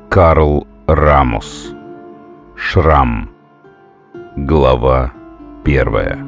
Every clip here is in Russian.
Карл Рамос. Шрам. Глава 1.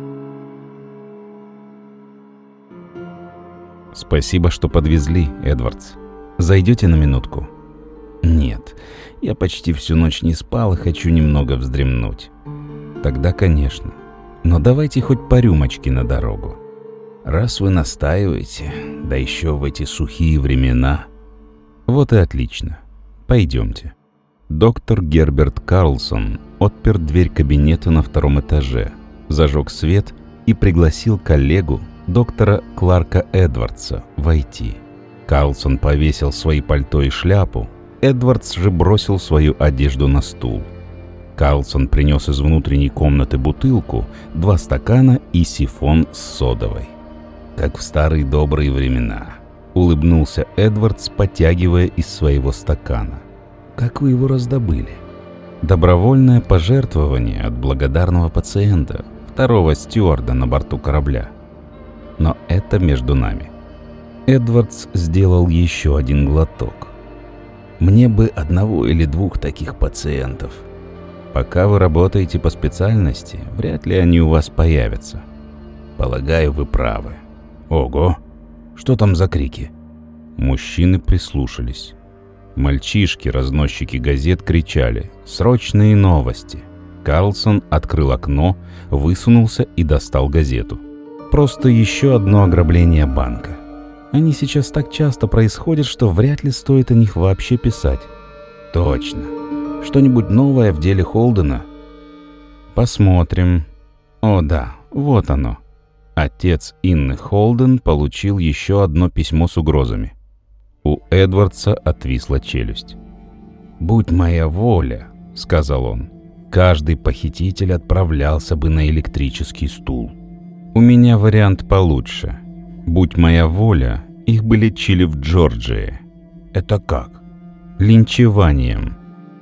«Спасибо, что подвезли, Эдвардс. Зайдете на минутку?» «Нет, я почти всю ночь не спал и хочу немного вздремнуть». «Тогда, конечно. Но давайте хоть по рюмочке на дорогу». «Раз вы настаиваете, да еще в эти сухие времена...» «Вот и отлично. Пойдемте». Доктор Герберт Карлсон отпер дверь кабинета на 2 этаже, зажег свет и пригласил коллегу, доктора Кларка Эдвардса, войти. Карлсон повесил свои пальто и шляпу, Эдвардс же бросил свою одежду на стул. Карлсон принес из внутренней комнаты бутылку, 2 стакана и сифон с содовой. «Как в старые добрые времена», — улыбнулся Эдвардс, потягивая из своего стакана. «Как вы его раздобыли?» «Добровольное пожертвование от благодарного пациента, 2-го стюарда на борту корабля. Но это между нами». Эдвардс сделал еще один глоток. «Мне бы 1 или 2 таких пациентов. Пока вы работаете по специальности, вряд ли они у вас появятся». «Полагаю, вы правы». «Ого! Что там за крики?» Мужчины прислушались. Мальчишки, разносчики газет, кричали «Срочные новости!». Карлсон открыл окно, высунулся и достал газету. «Просто еще одно ограбление банка. Они сейчас так часто происходят, что вряд ли стоит о них вообще писать». «Точно. Что-нибудь новое в деле Холдена?» «Посмотрим. О да, вот оно». Отец Инны Холден получил еще одно письмо с угрозами. У Эдвардса отвисла челюсть. «Будь моя воля», — сказал он, — «каждый похититель отправлялся бы на электрический стул. У меня вариант получше. Будь моя воля, их бы лечили в Джорджии». «Это как?» «Линчеванием».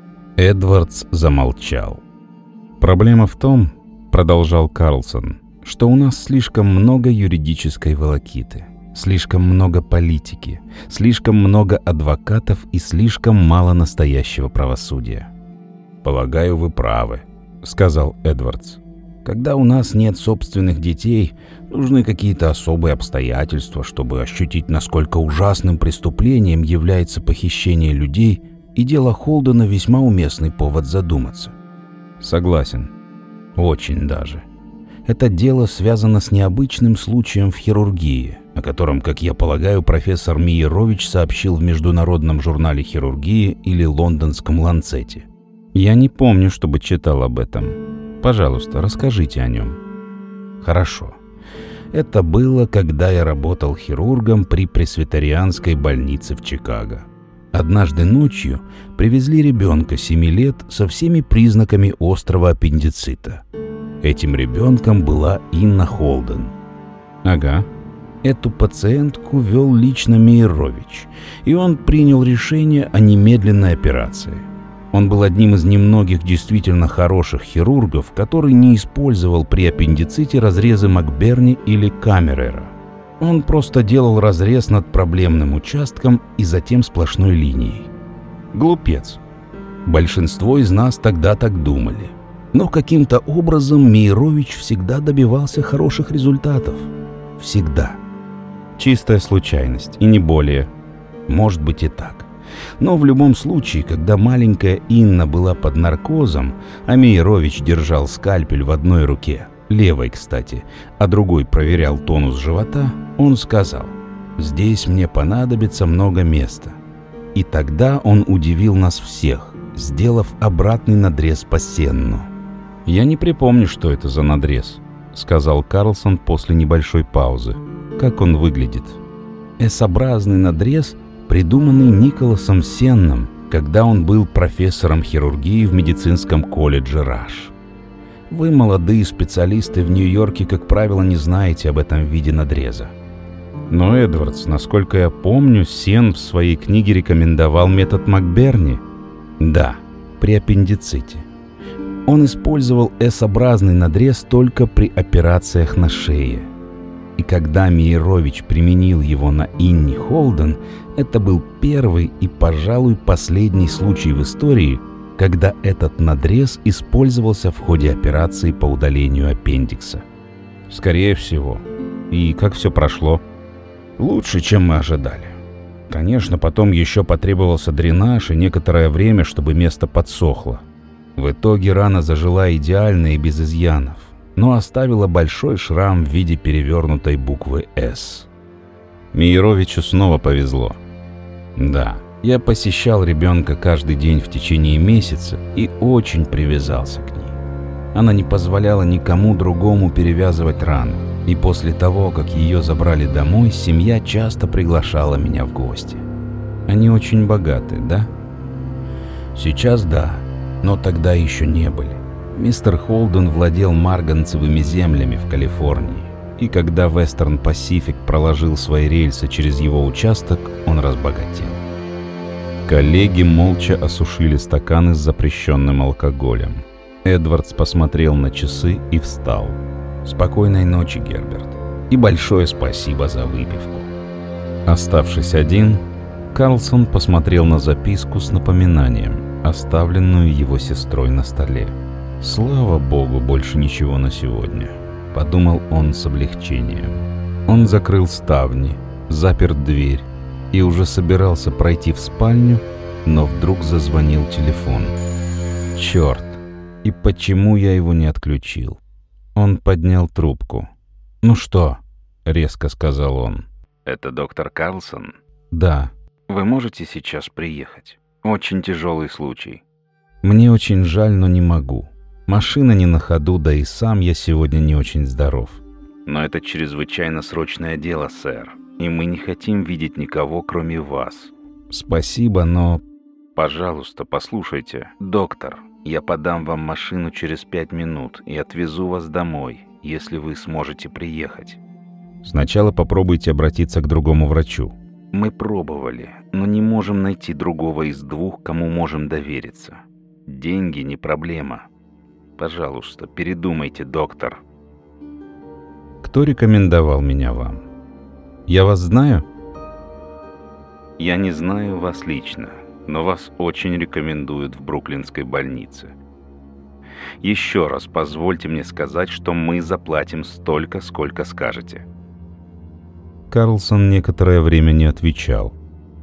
Эдвардс замолчал. «Проблема в том, — продолжал Карлсон, — что у нас слишком много юридической волокиты. Слишком много политики, слишком много адвокатов и слишком мало настоящего правосудия». «Полагаю, вы правы», — сказал Эдвардс. «Когда у нас нет собственных детей, нужны какие-то особые обстоятельства, чтобы ощутить, насколько ужасным преступлением является похищение людей, и дело Холдена весьма уместный повод задуматься». «Согласен. Очень даже. Это дело связано с необычным случаем в хирургии, о котором, как я полагаю, профессор Миерович сообщил в Международном журнале хирургии или Лондонском Ланцете. Я не помню, чтобы читал об этом. Пожалуйста, расскажите о нем». «Хорошо. Это было, когда я работал хирургом при Пресвитерианской больнице в Чикаго. Однажды ночью привезли ребенка 7 лет со всеми признаками острого аппендицита. Этим ребенком была Инна Холден». «Ага». Эту пациентку вел лично Миерович, и он принял решение о немедленной операции. Он был одним из немногих действительно хороших хирургов, который не использовал при аппендиците разрезы Макберни или Камерера. Он просто делал разрез над проблемным участком и затем сплошной линией. Глупец. Большинство из нас тогда так думали. Но каким-то образом Миерович всегда добивался хороших результатов. Всегда. Чистая случайность, и не более. Может быть и так. Но в любом случае, когда маленькая Инна была под наркозом, а Миерович держал скальпель в одной руке, левой, кстати, а другой проверял тонус живота, он сказал: «Здесь мне понадобится много места». И тогда он удивил нас всех, сделав обратный надрез по сенну. «Я не припомню, что это за надрез», — сказал Карлсон после небольшой паузы. «Как он выглядит?» «С-образный надрез, придуманный Николасом Сенном, когда он был профессором хирургии в медицинском колледже Раш. Вы, молодые специалисты в Нью-Йорке, как правило, не знаете об этом виде надреза». «Но, Эдвардс, насколько я помню, Сен в своей книге рекомендовал метод Макберни». «Да, при аппендиците. Он использовал S-образный надрез только при операциях на шее. И когда Мейрович применил его на Инни Холден, это был первый и, пожалуй, последний случай в истории, когда этот надрез использовался в ходе операции по удалению аппендикса. Скорее всего. И как все прошло? Лучше, чем мы ожидали. Конечно, потом еще потребовался дренаж и некоторое время, чтобы место подсохло. В итоге рана зажила идеально и без изъянов, но оставила большой шрам в виде перевернутой буквы «С». Мейровичу снова повезло. Да, я посещал ребенка каждый день в течение месяца и очень привязался к ней. Она не позволяла никому другому перевязывать рану, и после того, как ее забрали домой, семья часто приглашала меня в гости. Они очень богаты, да? Сейчас да, но тогда еще не были. Мистер Холден владел марганцевыми землями в Калифорнии, и когда Western Pacific проложил свои рельсы через его участок, он разбогател. Коллеги молча осушили стаканы с запрещенным алкоголем. Эдвардс посмотрел на часы и встал. «Спокойной ночи, Герберт, и большое спасибо за выпивку». Оставшись один, Карлсон посмотрел на записку с напоминанием, оставленную его сестрой на столе. «Слава богу, больше ничего на сегодня», — подумал он с облегчением. Он закрыл ставни, запер дверь и уже собирался пройти в спальню, но вдруг зазвонил телефон. «Черт! И почему я его не отключил?» Он поднял трубку. «Ну что?» — резко сказал он. «Это доктор Карлсон?» «Да». «Вы можете сейчас приехать? Очень тяжелый случай». «Мне очень жаль, но не могу. Машина не на ходу, да и сам я сегодня не очень здоров». «Но это чрезвычайно срочное дело, сэр, и мы не хотим видеть никого, кроме вас». «Спасибо, но...» «Пожалуйста, послушайте, доктор, я подам вам машину через 5 минут и отвезу вас домой, если вы сможете приехать». «Сначала попробуйте обратиться к другому врачу». «Мы пробовали, но не можем найти другого из двух, кому можем довериться. Деньги не проблема. Пожалуйста, передумайте, доктор». «Кто рекомендовал меня вам? Я вас знаю?» «Я не знаю вас лично, но вас очень рекомендуют в Бруклинской больнице. Еще раз позвольте мне сказать, что мы заплатим столько, сколько скажете». Карлсон некоторое время не отвечал.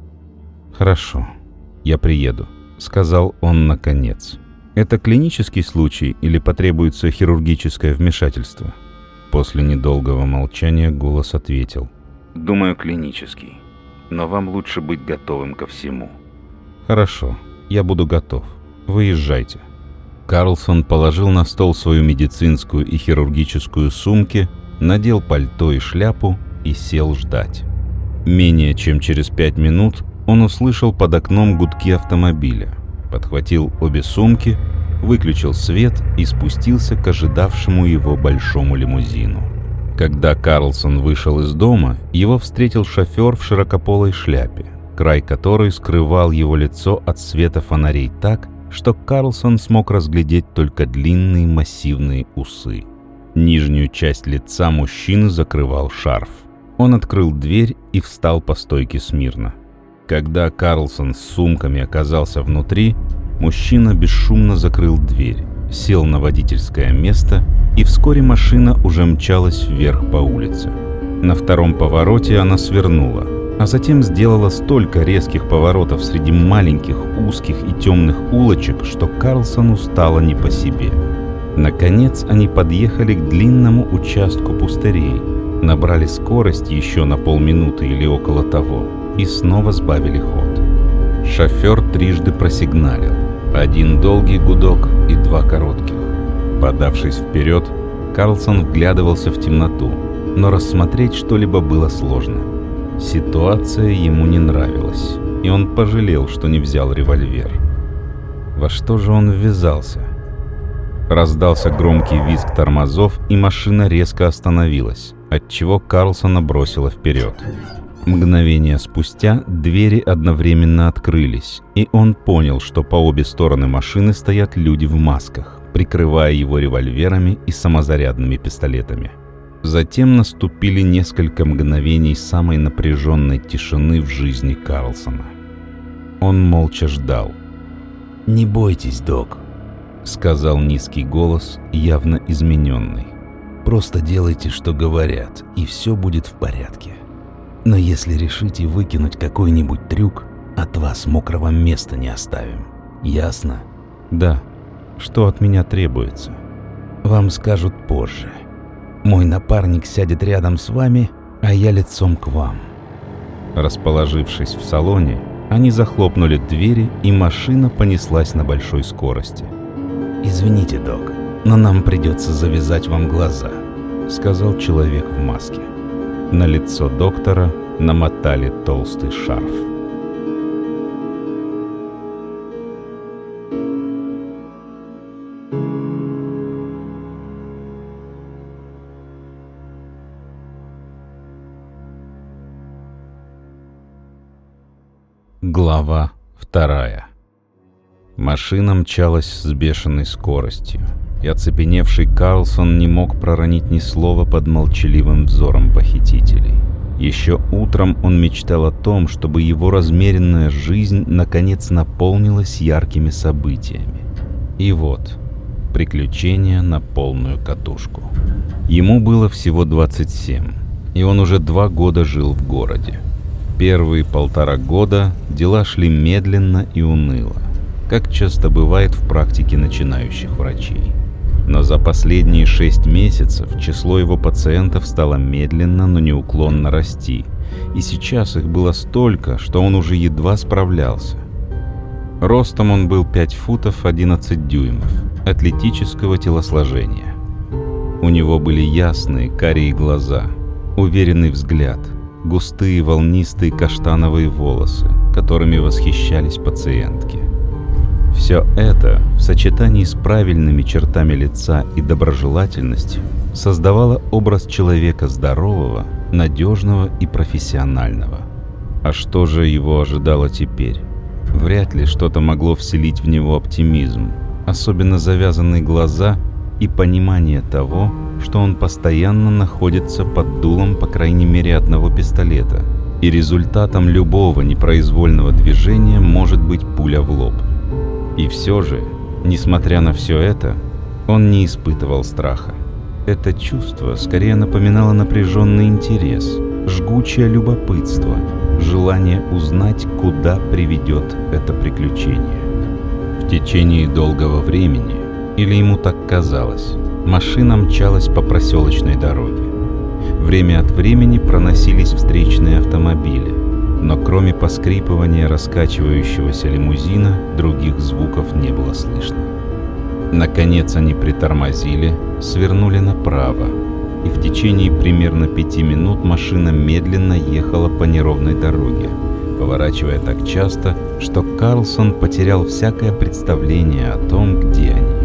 «Хорошо, я приеду», — сказал он наконец. «Это клинический случай или потребуется хирургическое вмешательство?» После недолгого молчания голос ответил. «Думаю, клинический, но вам лучше быть готовым ко всему». «Хорошо, я буду готов. Выезжайте». Карлсон положил на стол свою медицинскую и хирургическую сумки, надел пальто и шляпу и сел ждать. Менее чем через 5 минут он услышал под окном гудки автомобиля, подхватил обе сумки, выключил свет и спустился к ожидавшему его большому лимузину. Когда Карлсон вышел из дома, его встретил шофер в широкополой шляпе, край которой скрывал его лицо от света фонарей так, что Карлсон смог разглядеть только длинные массивные усы. Нижнюю часть лица мужчины закрывал шарф. Он открыл дверь и встал по стойке смирно. Когда Карлсон с сумками оказался внутри, мужчина бесшумно закрыл дверь, сел на водительское место, и вскоре машина уже мчалась вверх по улице. На втором повороте она свернула, а затем сделала столько резких поворотов среди маленьких, узких и темных улочек, что Карлсону стало не по себе. Наконец они подъехали к длинному участку пустырей, набрали скорость еще на полминуты или около того и снова сбавили ход. Шофер трижды просигналил. Один долгий гудок и 2 коротких. Подавшись вперед, Карлсон вглядывался в темноту, но рассмотреть что-либо было сложно. Ситуация ему не нравилась, и он пожалел, что не взял револьвер. Во что же он ввязался? Раздался громкий визг тормозов, и машина резко остановилась, отчего Карлсона бросило вперед. Мгновение спустя двери одновременно открылись, и он понял, что по обе стороны машины стоят люди в масках, прикрывая его револьверами и самозарядными пистолетами. Затем наступили несколько мгновений самой напряженной тишины в жизни Карлсона. Он молча ждал. «Не бойтесь, док», — сказал низкий голос, явно измененный. «Просто делайте, что говорят, и все будет в порядке. Но если решите выкинуть какой-нибудь трюк, от вас мокрого места не оставим. Ясно?» «Да. Что от меня требуется?» «Вам скажут позже. Мой напарник сядет рядом с вами, а я лицом к вам». Расположившись в салоне, они захлопнули двери, и машина понеслась на большой скорости. «Извините, док, но нам придется завязать вам глаза», — сказал человек в маске. На лицо доктора намотали толстый шарф. Глава 2. Машина мчалась с бешеной скоростью, и оцепеневший Карлсон не мог проронить ни слова под молчаливым взором похитителей. Еще утром он мечтал о том, чтобы его размеренная жизнь наконец наполнилась яркими событиями. И вот, приключения на полную катушку. Ему было всего 27, и он уже 2 года жил в городе. Первые 1,5 года дела шли медленно и уныло, как часто бывает в практике начинающих врачей. Но за последние 6 месяцев число его пациентов стало медленно, но неуклонно расти, и сейчас их было столько, что он уже едва справлялся. Ростом он был 5 футов 11 дюймов, атлетического телосложения. У него были ясные карие глаза, уверенный взгляд, густые волнистые каштановые волосы, которыми восхищались пациентки. Все это в сочетании с правильными чертами лица и доброжелательностью создавало образ человека здорового, надежного и профессионального. А что же его ожидало теперь? Вряд ли что-то могло вселить в него оптимизм, особенно завязанные глаза и понимание того, что он постоянно находится под дулом по крайней мере одного пистолета, и результатом любого непроизвольного движения может быть пуля в лоб. И все же, несмотря на все это, он не испытывал страха. Это чувство скорее напоминало напряженный интерес, жгучее любопытство, желание узнать, куда приведет это приключение. В течение долгого времени, или ему так казалось, машина мчалась по проселочной дороге. Время от времени проносились встречные автомобили, но кроме поскрипывания раскачивающегося лимузина других звуков не было слышно. Наконец они притормозили, свернули направо, и в течение примерно 5 минут машина медленно ехала по неровной дороге, поворачивая так часто, что Карлсон потерял всякое представление о том, где они.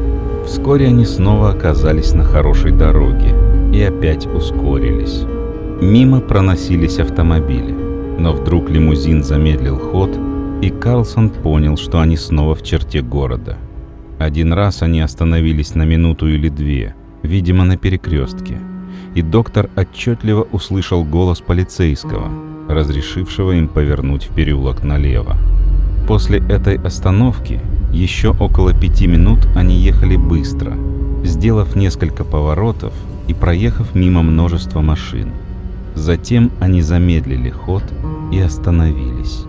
Вскоре они снова оказались на хорошей дороге и опять ускорились. Мимо проносились автомобили, но вдруг лимузин замедлил ход, и Карлсон понял, что они снова в черте города. Один раз они остановились на минуту или 2, видимо, на перекрестке, и доктор отчетливо услышал голос полицейского, разрешившего им повернуть в переулок налево. После этой остановки еще около 5 минут они ехали быстро, сделав несколько поворотов и проехав мимо множества машин. Затем они замедлили ход и остановились.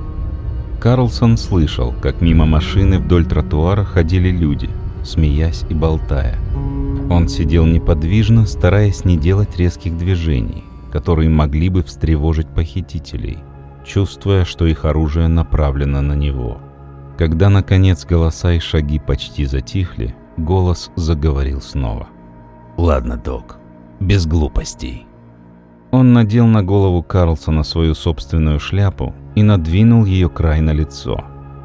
Карлсон слышал, как мимо машины вдоль тротуара ходили люди, смеясь и болтая. Он сидел неподвижно, стараясь не делать резких движений, которые могли бы встревожить похитителей, чувствуя, что их оружие направлено на него. Когда, наконец, голоса и шаги почти затихли, голос заговорил снова. «Ладно, док, без глупостей». Он надел на голову Карлсона свою собственную шляпу и надвинул ее край на лицо.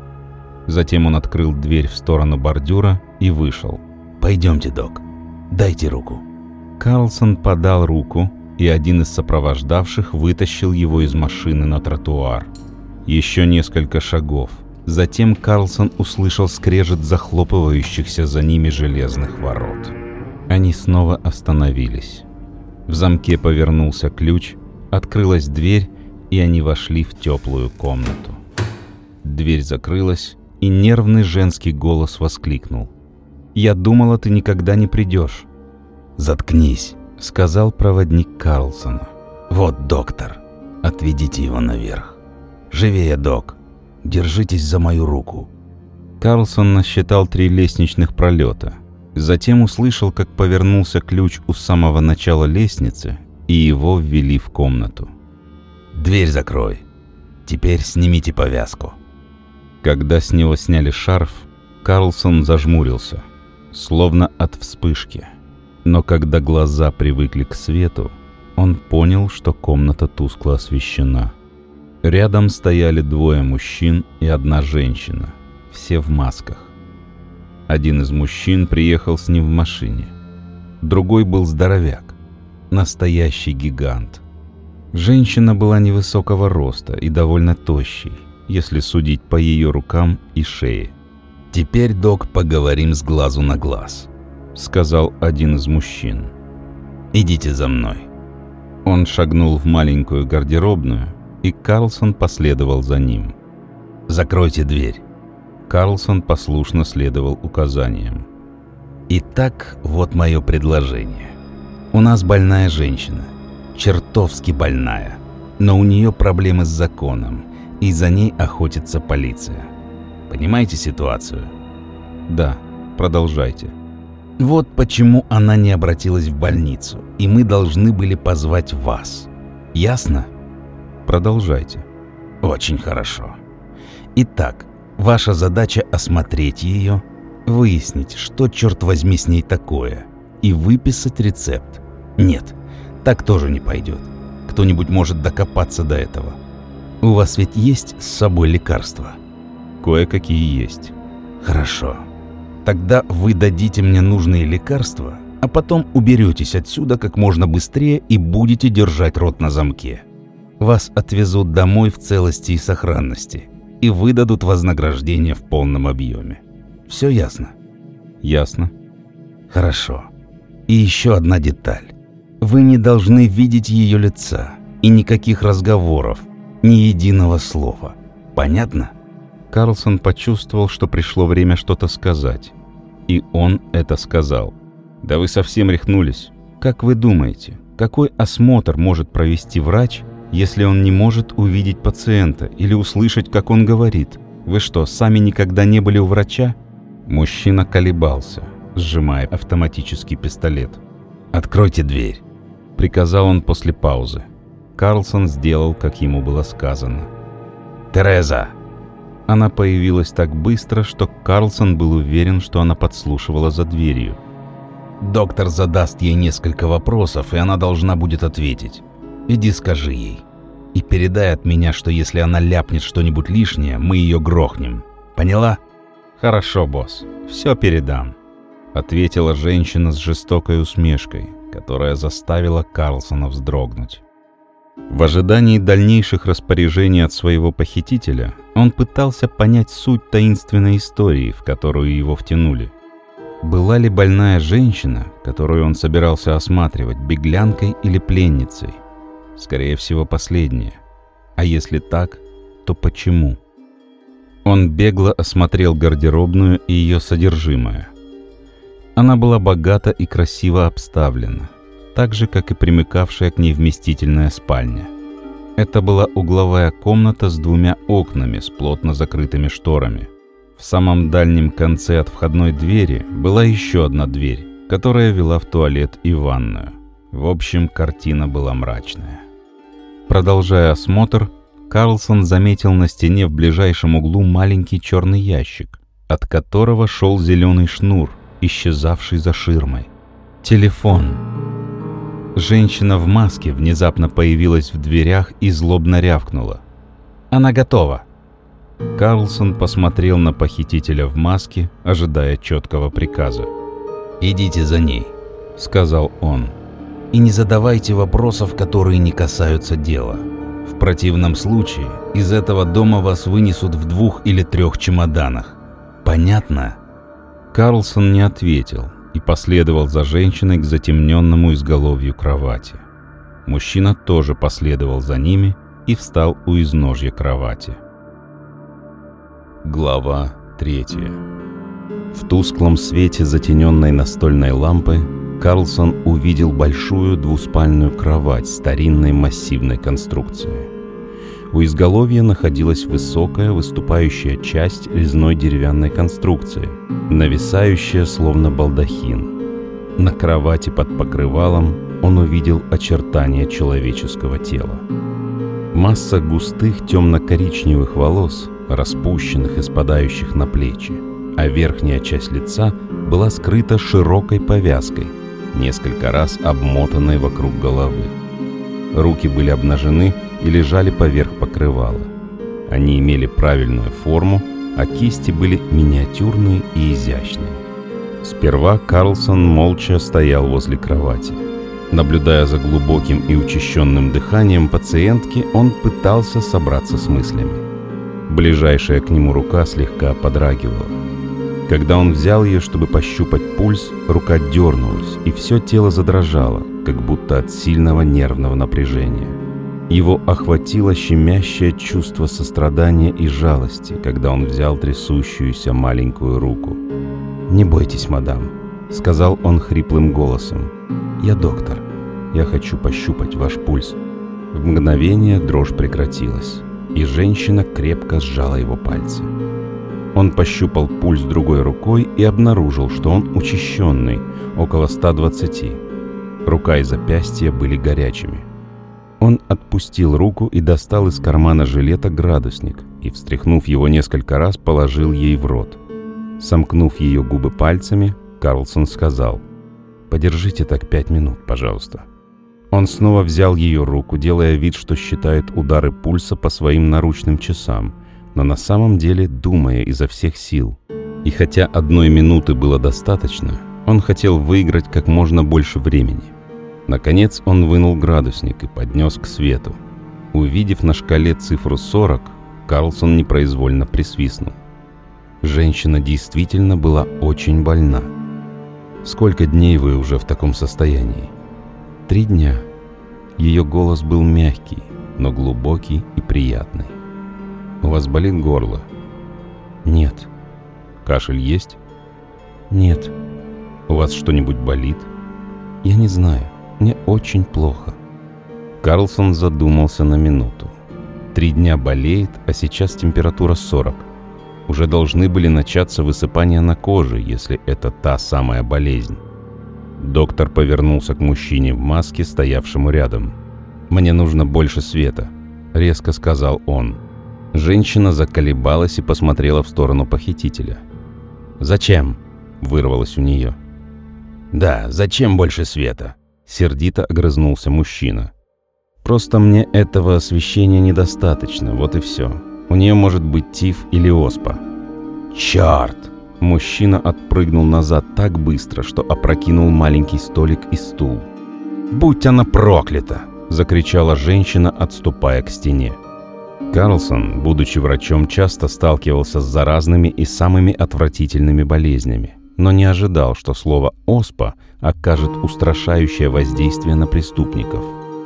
Затем он открыл дверь в сторону бордюра и вышел. «Пойдемте, док, дайте руку». Карлсон подал руку, и один из сопровождавших вытащил его из машины на тротуар. Еще несколько шагов. Затем Карлсон услышал скрежет захлопывающихся за ними железных ворот. Они снова остановились. В замке повернулся ключ, открылась дверь, и они вошли в теплую комнату. Дверь закрылась, и нервный женский голос воскликнул: «Я думала, ты никогда не придешь». «Заткнись», — сказал проводник Карлсона. «Вот доктор. Отведите его наверх. Живее, док. Держитесь за мою руку». Карлсон насчитал 3 лестничных пролета. Затем услышал, как повернулся ключ у самого начала лестницы, и его ввели в комнату. «Дверь закрой. Теперь снимите повязку». Когда с него сняли шарф, Карлсон зажмурился, словно от вспышки. Но когда глаза привыкли к свету, он понял, что комната тускло освещена. Рядом стояли 2 мужчин и 1 женщина, все в масках. Один из мужчин приехал с ним в машине. Другой был здоровяк, настоящий гигант. Женщина была невысокого роста и довольно тощей, если судить по ее рукам и шее. «Теперь, док, поговорим с глазу на глаз», — сказал один из мужчин. «Идите за мной». Он шагнул в маленькую гардеробную, и Карлсон последовал за ним. «Закройте дверь». Карлсон послушно следовал указаниям. «Итак, вот мое предложение. У нас больная женщина, чертовски больная, но у нее проблемы с законом, и за ней охотится полиция. Понимаете ситуацию?» «Да, продолжайте». «Вот почему она не обратилась в больницу, и мы должны были позвать вас. Ясно?» «Продолжайте». «Очень хорошо. Итак, ваша задача осмотреть ее, выяснить, что, черт возьми, с ней такое, и выписать рецепт. Нет, так тоже не пойдет. Кто-нибудь может докопаться до этого. У вас ведь есть с собой лекарства?» «Кое-какие есть». «Хорошо. Тогда вы дадите мне нужные лекарства, а потом уберетесь отсюда как можно быстрее и будете держать рот на замке. Вас отвезут домой в целости и сохранности и выдадут вознаграждение в полном объеме. Все ясно?» «Ясно». «Хорошо. И еще одна деталь. Вы не должны видеть ее лица и никаких разговоров, ни единого слова. Понятно?» Карлсон почувствовал, что пришло время что-то сказать. И он это сказал. «Да вы совсем рехнулись. Как вы думаете, какой осмотр может провести врач, если он не может увидеть пациента или услышать, как он говорит? Вы что, сами никогда не были у врача?» Мужчина колебался, сжимая автоматический пистолет. «Откройте дверь», — приказал он после паузы. Карлсон сделал, как ему было сказано. «Тереза!» Она появилась так быстро, что Карлсон был уверен, что она подслушивала за дверью. «Доктор задаст ей несколько вопросов, и она должна будет ответить. Иди скажи ей. И передай от меня, что если она ляпнет что-нибудь лишнее, мы ее грохнем. Поняла?» «Хорошо, босс, все передам», — ответила женщина с жестокой усмешкой, которая заставила Карлсона вздрогнуть. В ожидании дальнейших распоряжений от своего похитителя он пытался понять суть таинственной истории, в которую его втянули. Была ли больная женщина, которую он собирался осматривать, беглянкой или пленницей? Скорее всего, последнее. А если так, то почему? Он бегло осмотрел гардеробную и ее содержимое. Она была богата и красиво обставлена, так же, как и примыкавшая к ней вместительная спальня. Это была угловая комната с 2 окнами с плотно закрытыми шторами. В самом дальнем конце от входной двери была еще одна дверь, которая вела в туалет и ванную. В общем, картина была мрачная. Продолжая осмотр, Карлсон заметил на стене в ближайшем углу маленький черный ящик, от которого шел зеленый шнур, исчезавший за ширмой. Телефон. Женщина в маске внезапно появилась в дверях и злобно рявкнула. «Она готова!» Карлсон посмотрел на похитителя в маске, ожидая четкого приказа. «Идите за ней», — сказал он. «И не задавайте вопросов, которые не касаются дела. В противном случае из этого дома вас вынесут в 2 или 3 чемоданах. Понятно?» Карлсон не ответил, и последовал за женщиной к затемненному изголовью кровати. Мужчина тоже последовал за ними и встал у изножья кровати. Глава 3. В тусклом свете затененной настольной лампы Карлсон увидел большую двуспальную кровать старинной массивной конструкции. У изголовья находилась высокая выступающая часть резной деревянной конструкции, нависающая словно балдахин. На кровати под покрывалом он увидел очертания человеческого тела. Масса густых темно-коричневых волос, распущенных и спадающих на плечи, а верхняя часть лица была скрыта широкой повязкой, несколько раз обмотанной вокруг головы. Руки были обнажены и лежали поверх покрывала. Они имели правильную форму, а кисти были миниатюрные и изящные. Сперва Карлсон молча стоял возле кровати. Наблюдая за глубоким и учащенным дыханием пациентки, он пытался собраться с мыслями. Ближайшая к нему рука слегка подрагивала. Когда он взял ее, чтобы пощупать пульс, рука дернулась, и все тело задрожало, как будто от сильного нервного напряжения. Его охватило щемящее чувство сострадания и жалости, когда он взял трясущуюся маленькую руку. «Не бойтесь, мадам», — сказал он хриплым голосом. «Я доктор. Я хочу пощупать ваш пульс». В мгновение дрожь прекратилась, и женщина крепко сжала его пальцы. Он пощупал пульс другой рукой и обнаружил, что он учащенный, около 120. Рука и запястья были горячими. Он отпустил руку и достал из кармана жилета градусник и, встряхнув его несколько раз, положил ей в рот. Сомкнув ее губы пальцами, Карлсон сказал: «Подержите так 5 минут, пожалуйста». Он снова взял ее руку, делая вид, что считает удары пульса по своим наручным часам, но на самом деле думая изо всех сил. И хотя 1 минуты было достаточно, он хотел выиграть как можно больше времени. Наконец он вынул градусник и поднес к свету. Увидев на шкале цифру 40, Карлсон непроизвольно присвистнул. Женщина действительно была очень больна. «Сколько дней вы уже в таком состоянии?» 3 дня. Ее голос был мягкий, но глубокий и приятный. «У вас болит горло?» «Нет». «Кашель есть?» «Нет». «У вас что-нибудь болит?» «Я не знаю. Мне очень плохо». Карлсон задумался на минуту. 3 дня болеет, а сейчас температура 40. Уже должны были начаться высыпания на коже, если это та самая болезнь. Доктор повернулся к мужчине в маске, стоявшему рядом. «Мне нужно больше света», — резко сказал он. Женщина заколебалась и посмотрела в сторону похитителя. «Зачем?» — вырвалось у нее. «Да, зачем больше света?» — сердито огрызнулся мужчина. «Просто мне этого освещения недостаточно, вот и все. У нее может быть тиф или оспа». «Черт!» Мужчина отпрыгнул назад так быстро, что опрокинул маленький столик и стул. «Будь она проклята!» — закричала женщина, отступая к стене. Карлсон, будучи врачом, часто сталкивался с заразными и самыми отвратительными болезнями, но не ожидал, что слово «оспа» окажет устрашающее воздействие на преступников.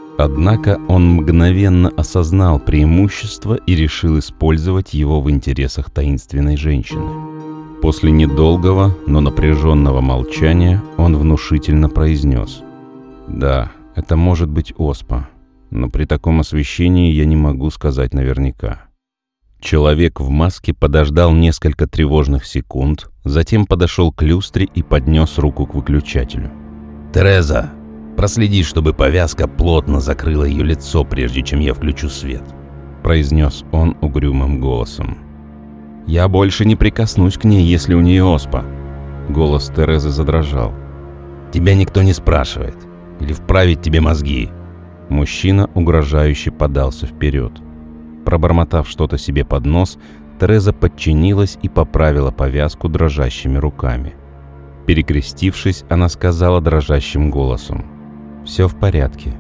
Однако он мгновенно осознал преимущество и решил использовать его в интересах таинственной женщины. После недолгого, но напряженного молчания он внушительно произнес: «Да, это может быть оспа, но при таком освещении я не могу сказать наверняка». Человек в маске подождал несколько тревожных секунд, затем подошел к люстре и поднес руку к выключателю. «Тереза, проследи, чтобы повязка плотно закрыла ее лицо, прежде чем я включу свет», — произнес он угрюмым голосом. «Я больше не прикоснусь к ней, если у нее оспа». Голос Терезы задрожал. «Тебя никто не спрашивает. Или вправить тебе мозги?» Мужчина угрожающе подался вперед. Пробормотав что-то себе под нос, Тереза подчинилась и поправила повязку дрожащими руками. Перекрестившись, она сказала дрожащим голосом: «Все в порядке»,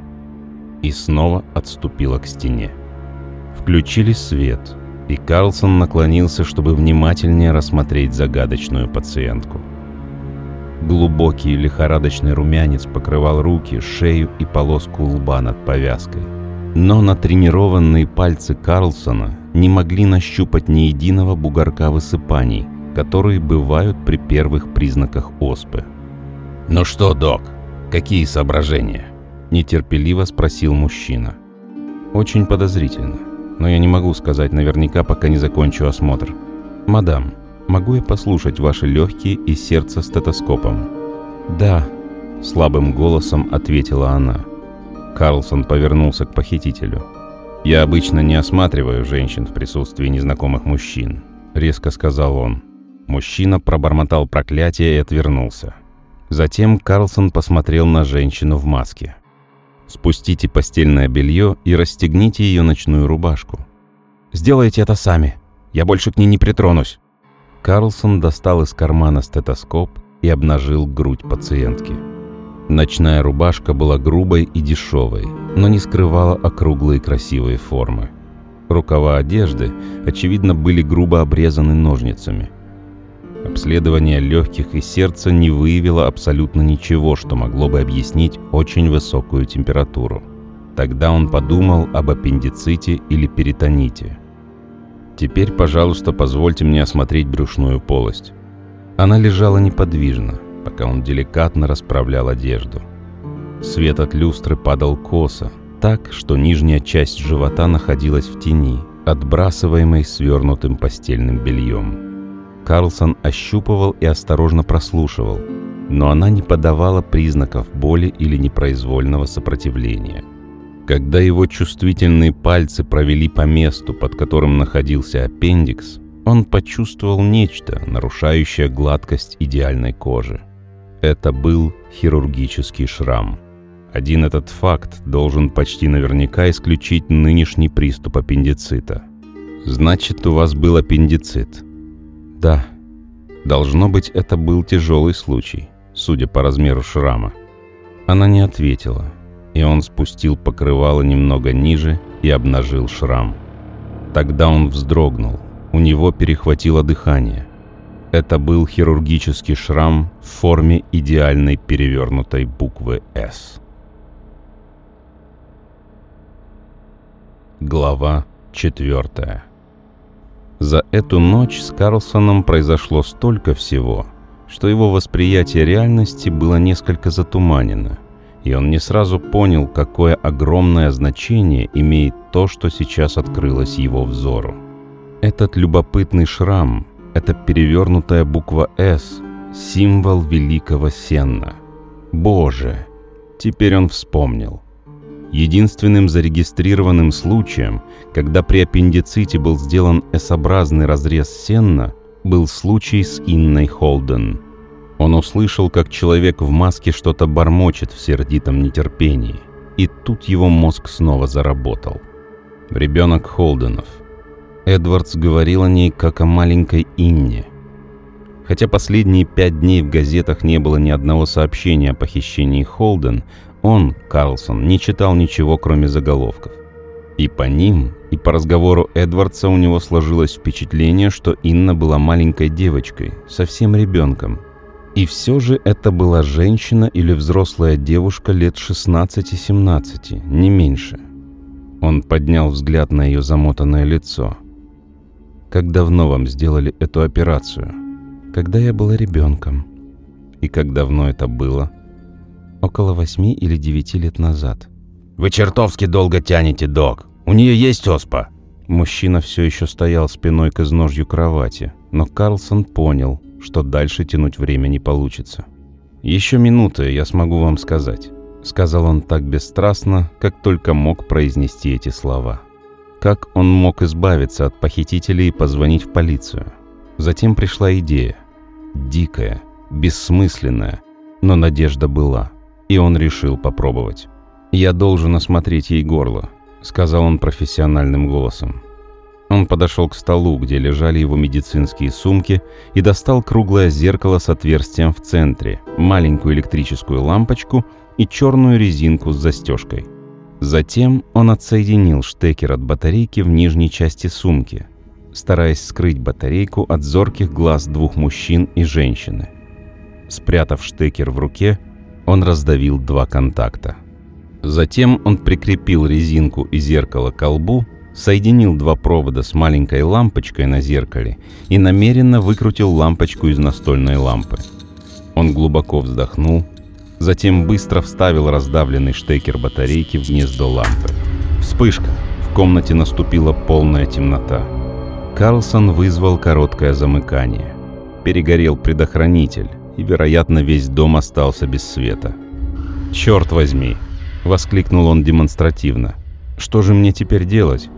и снова отступила к стене. Включили свет, и Карлсон наклонился, чтобы внимательнее рассмотреть загадочную пациентку. Глубокий лихорадочный румянец покрывал руки, шею и полоску лба над повязкой. Но натренированные пальцы Карлсона не могли нащупать ни единого бугорка высыпаний, которые бывают при первых признаках оспы. «Ну что, док, какие соображения?» — нетерпеливо спросил мужчина. «Очень подозрительно, но я не могу сказать наверняка, пока не закончу осмотр. Мадам, могу я послушать ваши легкие и сердце стетоскопом?» «Да», — слабым голосом ответила она. Карлсон повернулся к похитителю. «Я обычно не осматриваю женщин в присутствии незнакомых мужчин», — резко сказал он. Мужчина пробормотал проклятие и отвернулся. Затем Карлсон посмотрел на женщину в маске. «Спустите постельное белье и расстегните ее ночную рубашку». «Сделайте это сами. Я больше к ней не притронусь». Карлсон достал из кармана стетоскоп и обнажил грудь пациентки. Ночная рубашка была грубой и дешевой, но не скрывала округлые красивые формы. Рукава одежды, очевидно, были грубо обрезаны ножницами. Обследование легких и сердца не выявило абсолютно ничего, что могло бы объяснить очень высокую температуру. Тогда он подумал об аппендиците или перитоните. «Теперь, пожалуйста, позвольте мне осмотреть брюшную полость». Она лежала неподвижно, пока он деликатно расправлял одежду. Свет от люстры падал косо, так, что нижняя часть живота находилась в тени, отбрасываемой свернутым постельным бельем. Карлсон ощупывал и осторожно прослушивал, но она не подавала признаков боли или непроизвольного сопротивления. Когда его чувствительные пальцы провели по месту, под которым находился аппендикс, он почувствовал нечто, нарушающее гладкость идеальной кожи. Это был хирургический шрам. Один этот факт должен почти наверняка исключить нынешний приступ аппендицита. «Значит, у вас был аппендицит?» «Да. Должно быть, это был тяжелый случай, судя по размеру шрама». Она не ответила, и он спустил покрывало немного ниже и обнажил шрам. Тогда он вздрогнул, у него перехватило дыхание. Это был хирургический шрам в форме идеальной перевернутой буквы «С». Глава 4. За эту ночь с Карлсоном произошло столько всего, что его восприятие реальности было несколько затуманено, и он не сразу понял, какое огромное значение имеет то, что сейчас открылось его взору. Этот любопытный шрам, эта перевернутая буква «С», символ великого Сенна. Боже! Теперь он вспомнил. Единственным зарегистрированным случаем, когда при аппендиците был сделан S-образный разрез Сенна, был случай с Инной Холден. Он услышал, как человек в маске что-то бормочет в сердитом нетерпении, и тут его мозг снова заработал. Ребенок Холденов. Эдвардс говорил о ней как о маленькой Инне. Хотя последние 5 дней в газетах не было ни одного сообщения о похищении Холден, он, Карлсон, не читал ничего, кроме заголовков. И по ним, и по разговору Эдвардса у него сложилось впечатление, что Инна была маленькой девочкой, совсем ребенком. И все же это была женщина или взрослая девушка лет 16-17, не меньше. Он поднял взгляд на ее замотанное лицо. «Как давно вам сделали эту операцию?» «Когда я была ребенком». «И как давно это было?» «Около 8 или 9 лет назад». «Вы чертовски долго тянете, док. У нее есть оспа». Мужчина все еще стоял спиной к изножью кровати, но Карлсон понял, что дальше тянуть время не получится. «Еще минута, я смогу вам сказать», — сказал он так бесстрастно, как только мог произнести эти слова. Как он мог избавиться от похитителей и позвонить в полицию? Затем пришла идея. Дикая, бессмысленная, но надежда была, и он решил попробовать. «Я должен осмотреть ей горло», — сказал он профессиональным голосом. Он подошел к столу, где лежали его медицинские сумки, и достал круглое зеркало с отверстием в центре, маленькую электрическую лампочку и черную резинку с застежкой. Затем он отсоединил штекер от батарейки в нижней части сумки, стараясь скрыть батарейку от зорких глаз 2 мужчин и женщины. Спрятав штекер в руке, он раздавил 2 контакта. Затем он прикрепил резинку и зеркало к колбу, соединил 2 провода с маленькой лампочкой на зеркале и намеренно выкрутил лампочку из настольной лампы. Он глубоко вздохнул, затем быстро вставил раздавленный штекер батарейки в гнездо лампы. Вспышка. В комнате наступила полная темнота. Карлсон вызвал короткое замыкание. Перегорел предохранитель, и, вероятно, весь дом остался без света. «Черт возьми!» — воскликнул он демонстративно. «Что же мне теперь делать?»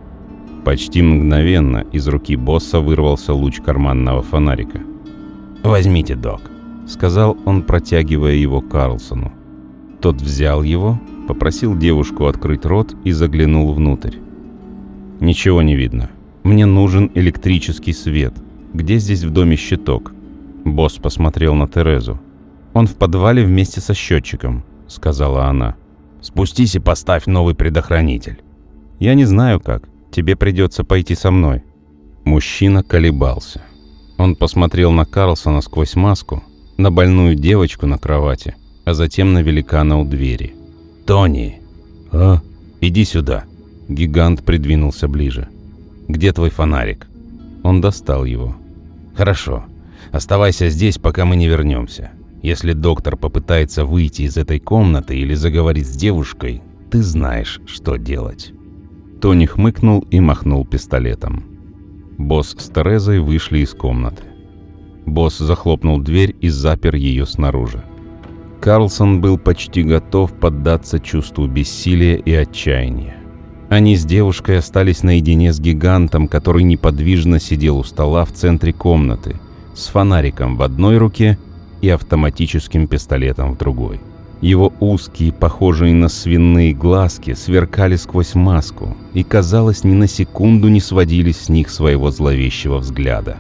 Почти мгновенно из руки босса вырвался луч карманного фонарика. «Возьмите, док», — сказал он, протягивая его Карлсону. Тот взял его, попросил девушку открыть рот и заглянул внутрь. «Ничего не видно. Мне нужен электрический свет. Где здесь в доме щиток?» Босс посмотрел на Терезу. «Он в подвале вместе со счетчиком», — сказала она. «Спустись и поставь новый предохранитель». «Я не знаю как. Тебе придется пойти со мной». Мужчина колебался. Он посмотрел на Карлсона сквозь маску, на больную девочку на кровати, а затем на великана у двери. «Тони!» «А? Иди сюда!» Гигант придвинулся ближе. «Где твой фонарик?» Он достал его. «Хорошо. Оставайся здесь, пока мы не вернемся. Если доктор попытается выйти из этой комнаты или заговорить с девушкой, ты знаешь, что делать». Тони хмыкнул и махнул пистолетом. Босс с Терезой вышли из комнаты. Босс захлопнул дверь и запер ее снаружи. Карлсон был почти готов поддаться чувству бессилия и отчаяния. Они с девушкой остались наедине с гигантом, который неподвижно сидел у стола в центре комнаты, с фонариком в одной руке и автоматическим пистолетом в другой. Его узкие, похожие на свиные глазки сверкали сквозь маску и, казалось, ни на секунду не сводили с них своего зловещего взгляда.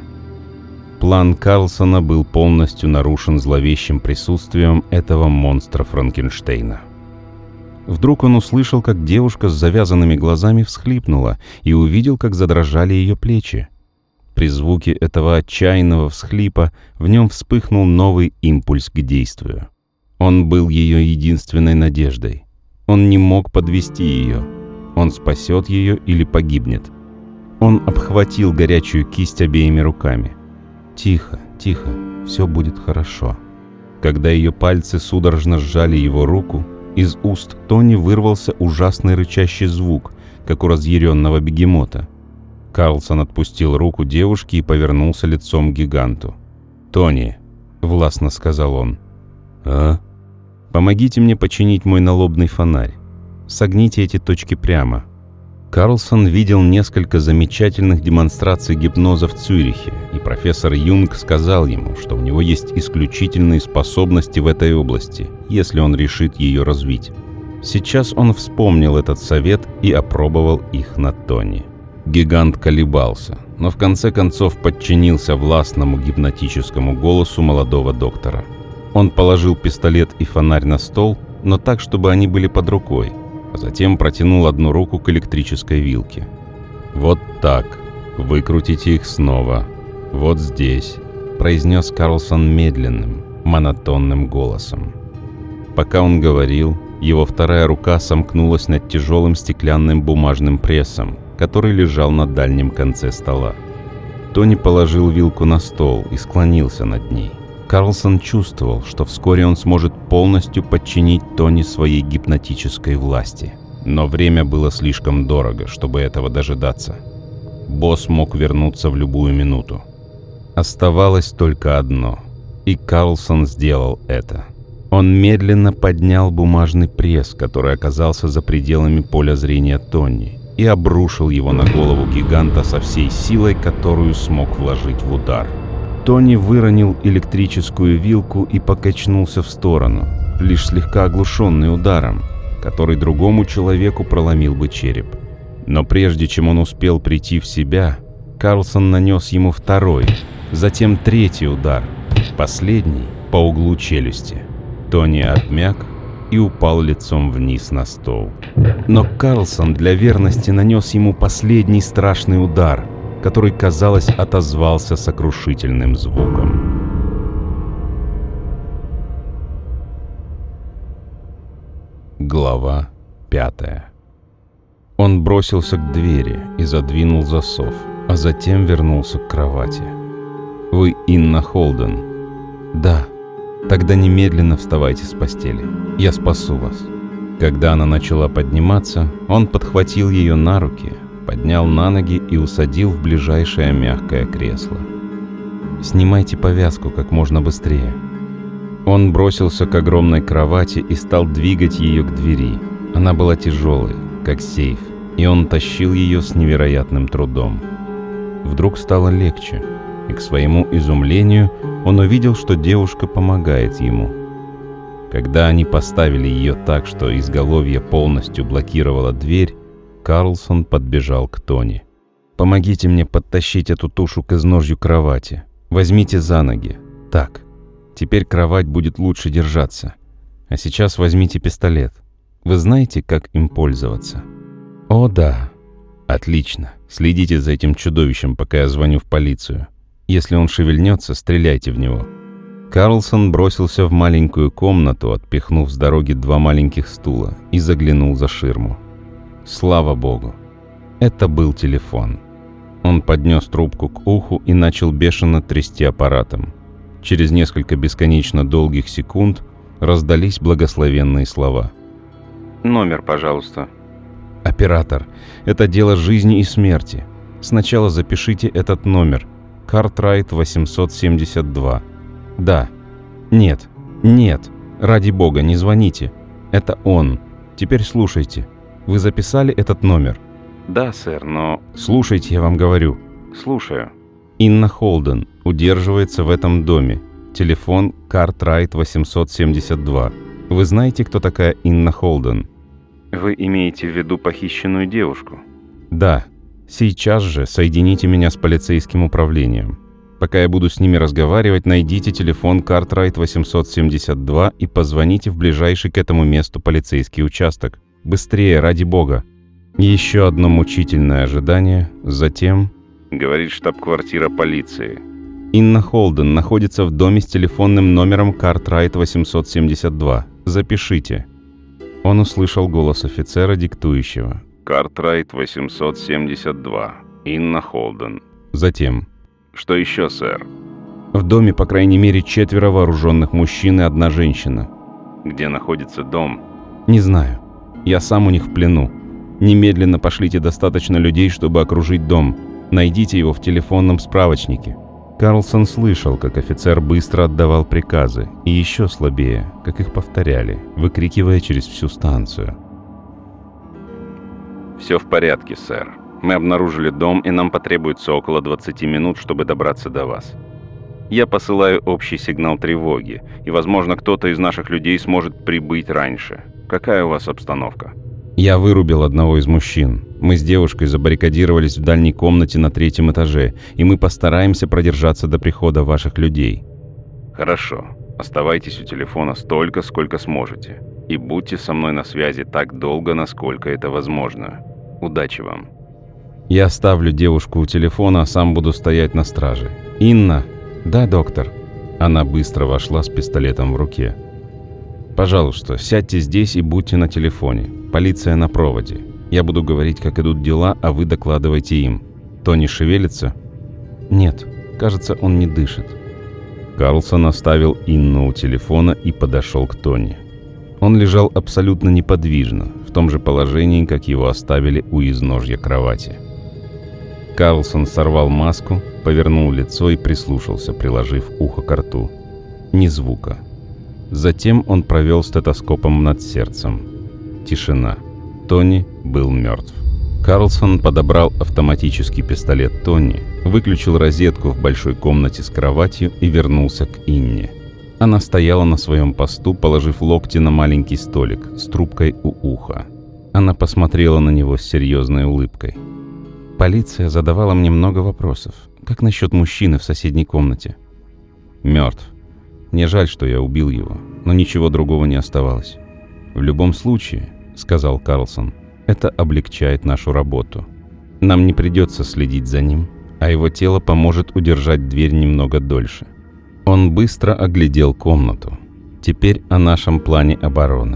План Карлсона был полностью нарушен зловещим присутствием этого монстра Франкенштейна. Вдруг он услышал, как девушка с завязанными глазами всхлипнула, и увидел, как задрожали ее плечи. При звуке этого отчаянного всхлипа в нем вспыхнул новый импульс к действию. Он был ее единственной надеждой. Он не мог подвести ее. Он спасет ее или погибнет. Он обхватил горячую кисть обеими руками. «Тихо, тихо, все будет хорошо». Когда ее пальцы судорожно сжали его руку, из уст Тони вырвался ужасный рычащий звук, как у разъяренного бегемота. Карлсон отпустил руку девушки и повернулся лицом к гиганту. «Тони», — властно сказал он. «А? Помогите мне починить мой налобный фонарь. Согните эти точки прямо». Карлсон видел несколько замечательных демонстраций гипноза в Цюрихе, и профессор Юнг сказал ему, что у него есть исключительные способности в этой области, если он решит ее развить. Сейчас он вспомнил этот совет и опробовал их на Тони. Гигант колебался, но в конце концов подчинился властному гипнотическому голосу молодого доктора. Он положил пистолет и фонарь на стол, но так, чтобы они были под рукой, а затем протянул одну руку к электрической вилке. «Вот так. Выкрутите их снова. Вот здесь», — произнес Карлсон медленным, монотонным голосом. Пока он говорил, его вторая рука сомкнулась над тяжелым стеклянным бумажным прессом, который лежал на дальнем конце стола. Тони положил вилку на стол и склонился над ней. Карлсон чувствовал, что вскоре он сможет полностью подчинить Тони своей гипнотической власти. Но время было слишком дорого, чтобы этого дожидаться. Босс мог вернуться в любую минуту. Оставалось только одно, и Карлсон сделал это. Он медленно поднял бумажный пресс, который оказался за пределами поля зрения Тони, и обрушил его на голову гиганта со всей силой, которую смог вложить в удар. Тони выронил электрическую вилку и покачнулся в сторону, лишь слегка оглушенный ударом, который другому человеку проломил бы череп. Но прежде чем он успел прийти в себя, Карлсон нанес ему второй, затем третий удар, последний по углу челюсти. Тони обмяк и упал лицом вниз на стол. Но Карлсон для верности нанес ему последний страшный удар, который, казалось, отозвался сокрушительным звуком. Глава 5. Он бросился к двери и задвинул засов, а затем вернулся к кровати. «Вы Инна Холден?» «Да». «Тогда немедленно вставайте с постели. Я спасу вас». Когда она начала подниматься, он подхватил ее на руки, поднял на ноги и усадил в ближайшее мягкое кресло. «Снимайте повязку как можно быстрее». Он бросился к огромной кровати и стал двигать ее к двери. Она была тяжелой, как сейф, и он тащил ее с невероятным трудом. Вдруг стало легче, и к своему изумлению он увидел, что девушка помогает ему. Когда они поставили ее так, что изголовье полностью блокировало дверь, Карлсон подбежал к Тони. «Помогите мне подтащить эту тушу к изножью кровати. Возьмите за ноги. Так. Теперь кровать будет лучше держаться. А сейчас возьмите пистолет. Вы знаете, как им пользоваться?» «О, да». «Отлично. Следите за этим чудовищем, пока я звоню в полицию. Если он шевельнется, стреляйте в него». Карлсон бросился в маленькую комнату, отпихнув с дороги 2 маленьких стула, и заглянул за ширму. Слава богу. Это был телефон. Он поднес трубку к уху и начал бешено трясти аппаратом. Через несколько бесконечно долгих секунд раздались благословенные слова. «Номер, пожалуйста». «Оператор, это дело жизни и смерти. Сначала запишите этот номер. Картрайт 872. Да. Нет. Нет. Ради бога, не звоните. Это он. Теперь слушайте. Вы записали этот номер?» «Да, сэр, но...» «Слушайте, я вам говорю». «Слушаю». Инна Холден удерживается в этом доме. Телефон Картрайт 872. Вы знаете, кто такая Инна Холден?» «Вы имеете в виду похищенную девушку?» «Да. Сейчас же соедините меня с полицейским управлением. Пока я буду с ними разговаривать, найдите телефон Картрайт 872 и позвоните в ближайший к этому месту полицейский участок. Быстрее, ради бога». Еще одно мучительное ожидание, затем... Говорит штаб-квартира полиции. Инна Холден находится в доме с телефонным номером Картрайт 872. Запишите. Он услышал голос офицера, диктующего. Картрайт 872. Инна Холден. Затем. Что еще, сэр? В доме, по крайней мере, 4 вооруженных мужчин и 1 женщина. Где находится дом? Не знаю. Я сам у них в плену. Немедленно пошлите достаточно людей, чтобы окружить дом. Найдите его в телефонном справочнике. Карлсон слышал, как офицер быстро отдавал приказы, и еще слабее, как их повторяли, выкрикивая через всю станцию. Все в порядке, сэр. Мы обнаружили дом, и нам потребуется около 20 минут, чтобы добраться до вас. Я посылаю общий сигнал тревоги, и, возможно, кто-то из наших людей сможет прибыть раньше. Какая у вас обстановка? Я вырубил одного из мужчин. Мы с девушкой забаррикадировались в дальней комнате на 3-м этаже, и мы постараемся продержаться до прихода ваших людей. Хорошо. Оставайтесь у телефона столько, сколько сможете. И будьте со мной на связи так долго, насколько это возможно. Удачи вам. Я оставлю девушку у телефона, а сам буду стоять на страже. Инна. Да, доктор. Она быстро вошла с пистолетом в руке. Пожалуйста, сядьте здесь и будьте на телефоне. Полиция на проводе. Я буду говорить, как идут дела, а вы докладывайте им. Тони шевелится? Нет, кажется, он не дышит. Карлсон оставил Инну у телефона и подошел к Тони. Он лежал абсолютно неподвижно, в том же положении, как его оставили у изножья кровати. Карлсон сорвал маску, повернул лицо и прислушался, приложив ухо к рту. Ни звука. Затем он провел стетоскопом над сердцем. Тишина. Тони был мертв. Карлсон подобрал автоматический пистолет Тони, выключил розетку в большой комнате с кроватью и вернулся к Инне. Она стояла на своем посту, положив локти на маленький столик с трубкой у уха. Она посмотрела на него с серьезной улыбкой. «Полиция задавала мне много вопросов. Как насчет мужчины в соседней комнате?» «Мертв. Мне жаль, что я убил его, но ничего другого не оставалось. В любом случае, — сказал Карлсон, — это облегчает нашу работу. Нам не придется следить за ним, а его тело поможет удержать дверь немного дольше». Он быстро оглядел комнату. Теперь о нашем плане обороны.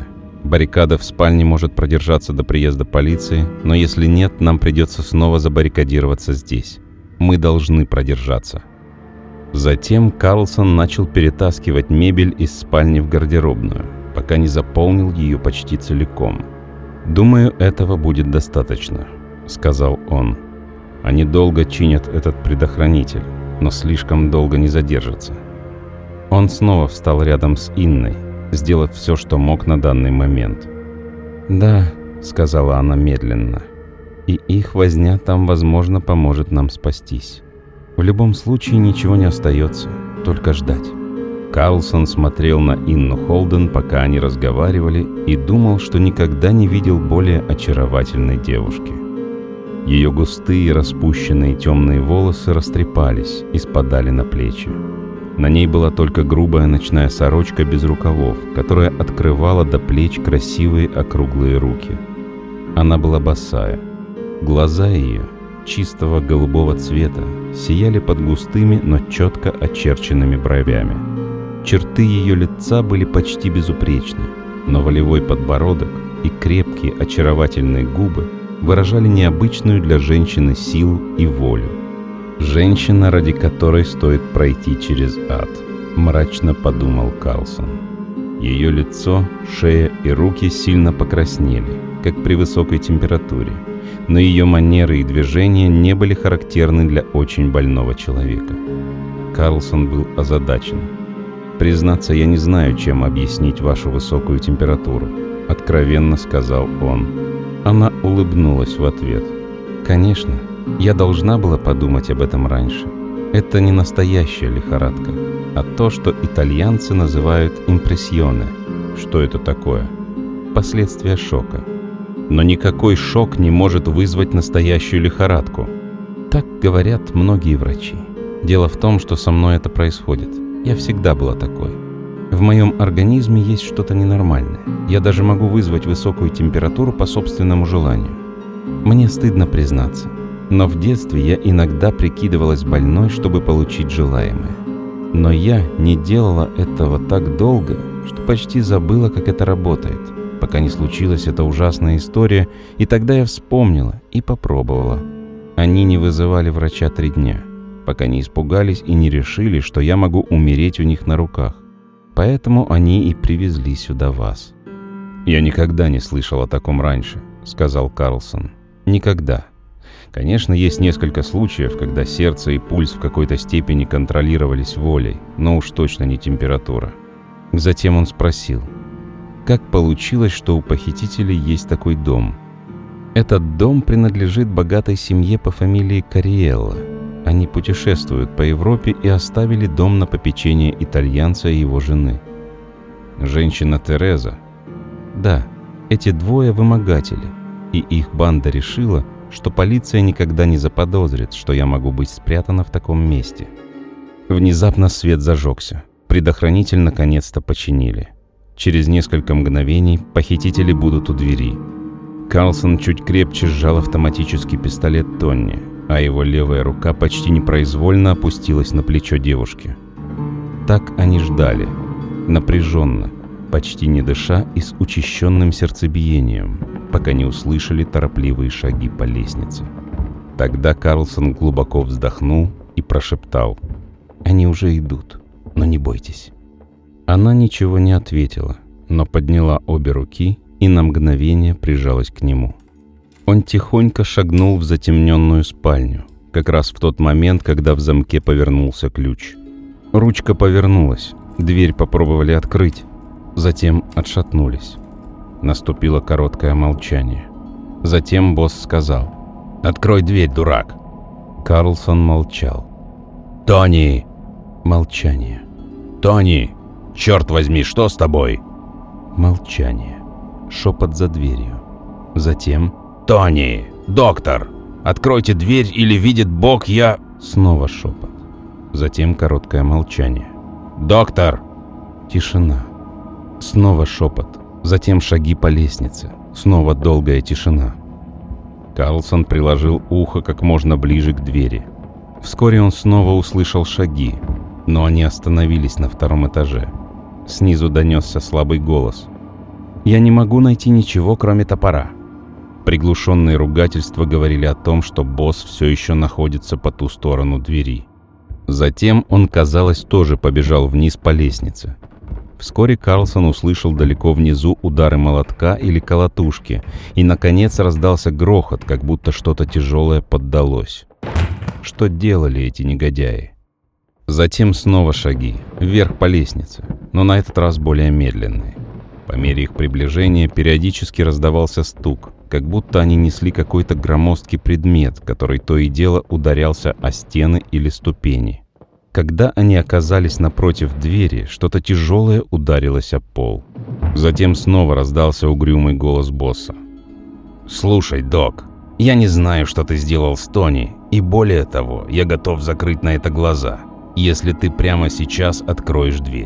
Баррикада в спальне может продержаться до приезда полиции, но если нет, нам придется снова забаррикадироваться здесь. Мы должны продержаться». Затем Карлсон начал перетаскивать мебель из спальни в гардеробную, пока не заполнил ее почти целиком. «Думаю, этого будет достаточно», — сказал он. «Они долго чинят этот предохранитель, но слишком долго не задержатся». Он снова встал рядом с Инной, сделав все, что мог на данный момент. «Да», — сказала она медленно, — «и их возня там, возможно, поможет нам спастись. В любом случае ничего не остается, только ждать». Карлсон смотрел на Инну Холден, пока они разговаривали, и думал, что никогда не видел более очаровательной девушки. Ее густые, распущенные темные волосы растрепались и спадали на плечи. На ней была только грубая ночная сорочка без рукавов, которая открывала до плеч красивые округлые руки. Она была босая. Глаза ее, чистого голубого цвета, сияли под густыми, но четко очерченными бровями. Черты ее лица были почти безупречны, но волевой подбородок и крепкие очаровательные губы выражали необычную для женщины силу и волю. «Женщина, ради которой стоит пройти через ад», — мрачно подумал Карлсон. Ее лицо, шея и руки сильно покраснели, как при высокой температуре, но ее манеры и движения не были характерны для очень больного человека. Карлсон был озадачен. «Признаться, я не знаю, чем объяснить вашу высокую температуру», — откровенно сказал он. Она улыбнулась в ответ. «Конечно, я должна была подумать об этом раньше. Это не настоящая лихорадка, а то, что итальянцы называют импрессионе». «Что это такое?» «Последствия шока». «Но никакой шок не может вызвать настоящую лихорадку». «Так говорят многие врачи. Дело в том, что со мной это происходит. Я всегда была такой. В моем организме есть что-то ненормальное. Я даже могу вызвать высокую температуру по собственному желанию. Мне стыдно признаться, но в детстве я иногда прикидывалась больной, чтобы получить желаемое. Но я не делала этого так долго, что почти забыла, как это работает, пока не случилась эта ужасная история, и тогда я вспомнила и попробовала. Они не вызывали врача 3 дня, пока не испугались и не решили, что я могу умереть у них на руках. Поэтому они и привезли сюда вас». «Я никогда не слышал о таком раньше», — сказал Карлсон. «Никогда. Конечно, есть несколько случаев, когда сердце и пульс в какой-то степени контролировались волей, но уж точно не температура». Затем он спросил: «Как получилось, что у похитителей есть такой дом?» «Этот дом принадлежит богатой семье по фамилии Карриелло. Они путешествуют по Европе и оставили дом на попечение итальянца и его жены». «Женщина Тереза?» «Да, эти двое вымогатели, и их банда решила, что полиция никогда не заподозрит, что я могу быть спрятана в таком месте». Внезапно свет зажегся. Предохранитель наконец-то починили. Через несколько мгновений похитители будут у двери. Карлсон чуть крепче сжал автоматический пистолет Тонни, а его левая рука почти непроизвольно опустилась на плечо девушки. Так они ждали, напряженно, почти не дыша и с учащенным сердцебиением, пока не услышали торопливые шаги по лестнице. Тогда Карлсон глубоко вздохнул и прошептал: «Они уже идут, но не бойтесь». Она ничего не ответила, но подняла обе руки и на мгновение прижалась к нему. Он тихонько шагнул в затемненную спальню, как раз в тот момент, когда в замке повернулся ключ. Ручка повернулась, дверь попробовали открыть, затем отшатнулись. Наступило короткое молчание. Затем босс сказал: «Открой дверь, дурак!» Карлсон молчал. «Тони!» Молчание. «Тони! Черт возьми, что с тобой?» Молчание. Шепот за дверью. Затем: «Тони! Доктор! Откройте дверь, или видит Бог, я...» Снова шепот. Затем короткое молчание. «Доктор!» Тишина. Снова шепот. Затем шаги по лестнице. Снова долгая тишина. Карлсон приложил ухо как можно ближе к двери. Вскоре он снова услышал шаги, но они остановились на 2-м этаже. Снизу донесся слабый голос. Я не могу найти ничего, кроме топора». Приглушенные ругательства говорили о том, что босс все еще находится по ту сторону двери. Затем он, казалось, тоже побежал вниз по лестнице. Вскоре Карлсон услышал далеко внизу удары молотка или колотушки, и, наконец, раздался грохот, как будто что-то тяжелое поддалось. Что делали эти негодяи? Затем снова шаги, вверх по лестнице, но на этот раз более медленные. По мере их приближения периодически раздавался стук, как будто они несли какой-то громоздкий предмет, который то и дело ударялся о стены или ступени. Когда они оказались напротив двери, что-то тяжелое ударилось о пол. Затем снова раздался угрюмый голос босса. «Слушай, док, я не знаю, что ты сделал с Тони, и более того, я готов закрыть на это глаза, если ты прямо сейчас откроешь дверь».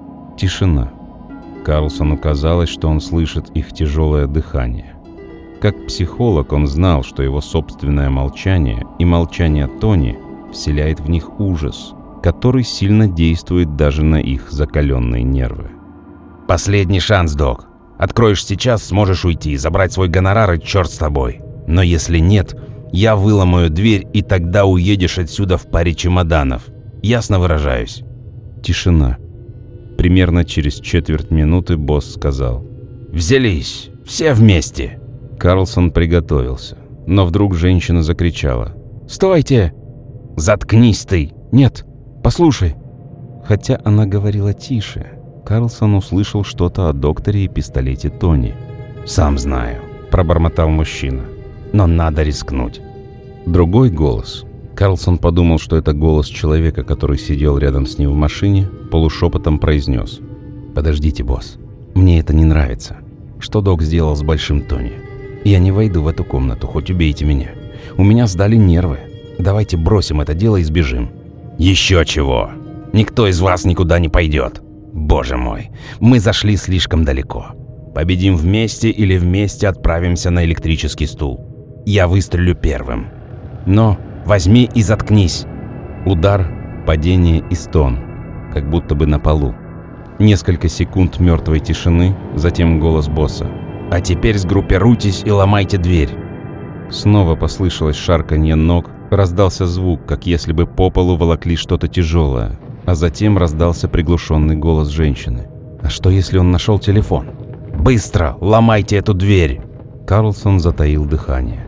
Тишина. Карлсону казалось, что он слышит их тяжелое дыхание. Как психолог он знал, что его собственное молчание и молчание Тони вселяет в них ужас, который сильно действует даже на их закаленные нервы. «Последний шанс, док. Откроешь сейчас, сможешь уйти, забрать свой гонорар и черт с тобой. Но если нет, я выломаю дверь, и тогда уедешь отсюда в паре чемоданов. Ясно выражаюсь?» Тишина. Примерно через четверть минуты босс сказал: «Взялись, все вместе!» Карлсон приготовился, но вдруг женщина закричала: «Стойте!» «Заткнись ты!» «Нет, послушай!» Хотя она говорила тише, Карлсон услышал что-то о докторе и пистолете Тони. «Сам знаю», — пробормотал мужчина, — «но надо рискнуть». Другой голос. Карлсон подумал, что это голос человека, который сидел рядом с ним в машине, полушепотом произнес: «Подождите, босс, мне это не нравится. Что док сделал с большим Тони? Я не войду в эту комнату, хоть убейте меня. У меня сдали нервы. Давайте бросим это дело и сбежим». «Еще чего! Никто из вас никуда не пойдет. Боже мой, мы зашли слишком далеко. Победим вместе или вместе отправимся на электрический стул. Я выстрелю первым. Но возьми и заткнись». Удар, падение и стон, как будто бы на полу. Несколько секунд мертвой тишины, затем голос босса: «А теперь сгруппируйтесь и ломайте дверь». Снова послышалось шарканье ног, раздался звук, как если бы по полу волокли что-то тяжелое, а затем раздался приглушенный голос женщины: «А что, если он нашел телефон?» «Быстро, ломайте эту дверь!» Карлсон затаил дыхание.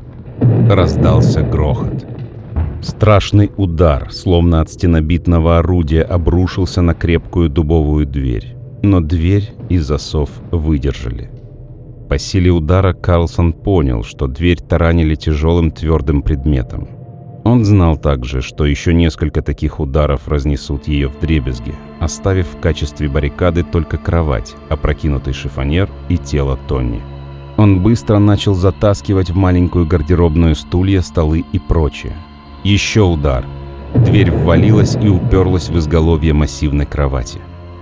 Раздался грохот. Страшный удар, словно от стенобитного орудия, обрушился на крепкую дубовую дверь, но дверь и засов выдержали. По силе удара Карлсон понял, что дверь таранили тяжелым твердым предметом. Он знал также, что еще несколько таких ударов разнесут ее вдребезги, оставив в качестве баррикады только кровать, опрокинутый шифоньер и тело Тони. Он быстро начал затаскивать в маленькую гардеробную стулья, столы и прочее. Еще удар. Дверь ввалилась и уперлась в изголовье массивной кровати.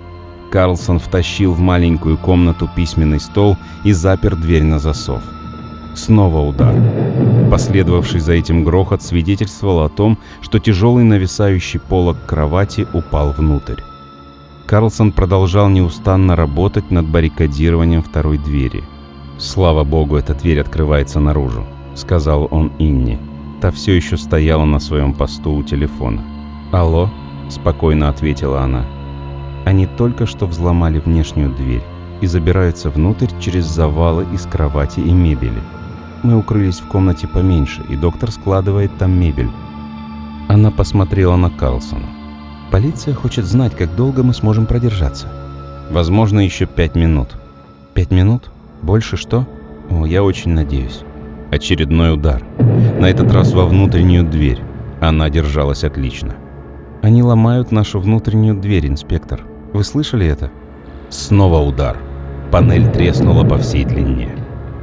Карлсон втащил в маленькую комнату письменный стол и запер дверь на засов. Снова удар. Последовавший за этим грохот свидетельствовал о том, что тяжелый нависающий полог кровати упал внутрь. Карлсон продолжал неустанно работать над баррикадированием второй двери. «Слава богу, эта дверь открывается наружу», — сказал он Инне. Та все еще стояла на своем посту у телефона. «Алло», — спокойно ответила она. «Они только что взломали внешнюю дверь и забираются внутрь через завалы из кровати и мебели. Мы укрылись в комнате поменьше, и доктор складывает там мебель». Она посмотрела на Карлсона. «Полиция хочет знать, как долго мы сможем продержаться». «Возможно, еще 5 минут». 5 минут? Больше что? О, я очень надеюсь». Очередной удар. На этот раз во внутреннюю дверь. Она держалась отлично. «Они ломают нашу внутреннюю дверь, инспектор. Вы слышали это?» Снова удар. Панель треснула по всей длине.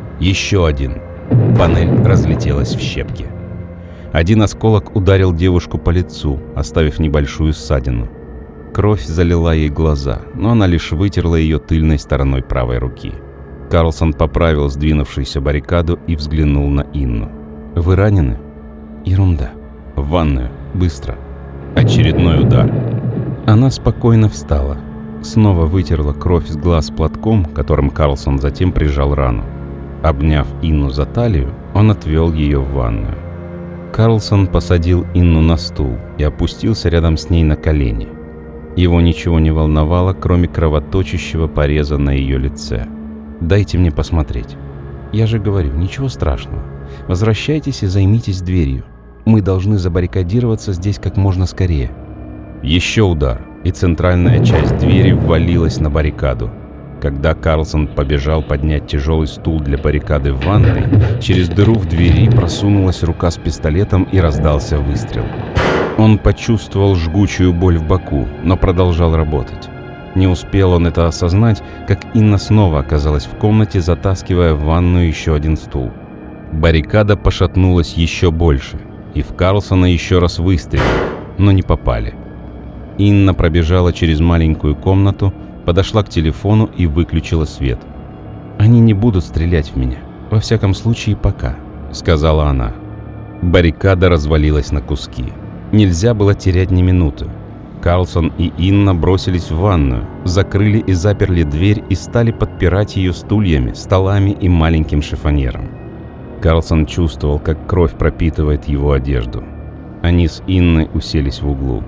Еще один. Панель разлетелась в щепки. Один осколок ударил девушку по лицу, оставив небольшую ссадину. Кровь залила ей глаза, но она лишь вытерла ее тыльной стороной правой руки. Карлсон поправил сдвинувшуюся баррикаду и взглянул на Инну. «Вы ранены?» «Ерунда. В ванную. Быстро». Очередной удар. Она спокойно встала. снова вытерла кровь с глаз платком, которым Карлсон затем прижал рану. Обняв Инну за талию, он отвел ее в ванную. Карлсон посадил Инну на стул и опустился рядом с ней на колени. Его ничего не волновало, кроме кровоточащего пореза на ее лице. «Дайте мне посмотреть». «Я же говорю, ничего страшного. Возвращайтесь и займитесь дверью. Мы должны забаррикадироваться здесь как можно скорее». Еще удар, и центральная часть двери ввалилась на баррикаду. Когда Карлсон побежал поднять тяжелый стул для баррикады в ванной, через дыру в двери просунулась рука с пистолетом и раздался выстрел. Он почувствовал жгучую боль в боку, но продолжал работать. Не успел он это осознать, как Инна снова оказалась в комнате, затаскивая в ванную еще один стул. Баррикада пошатнулась еще больше, и в Карлсона еще раз выстрелили, но не попали. Инна пробежала через маленькую комнату, подошла к телефону и выключила свет. «Они не будут стрелять в меня, во всяком случае пока», — сказала она. Баррикада развалилась на куски. Нельзя было терять ни минуты. Карлсон и Инна бросились в ванную, закрыли и заперли дверь и стали подпирать ее стульями, столами и маленьким шифоньером. Карлсон чувствовал, как кровь пропитывает его одежду. Они с Инной уселись в углу.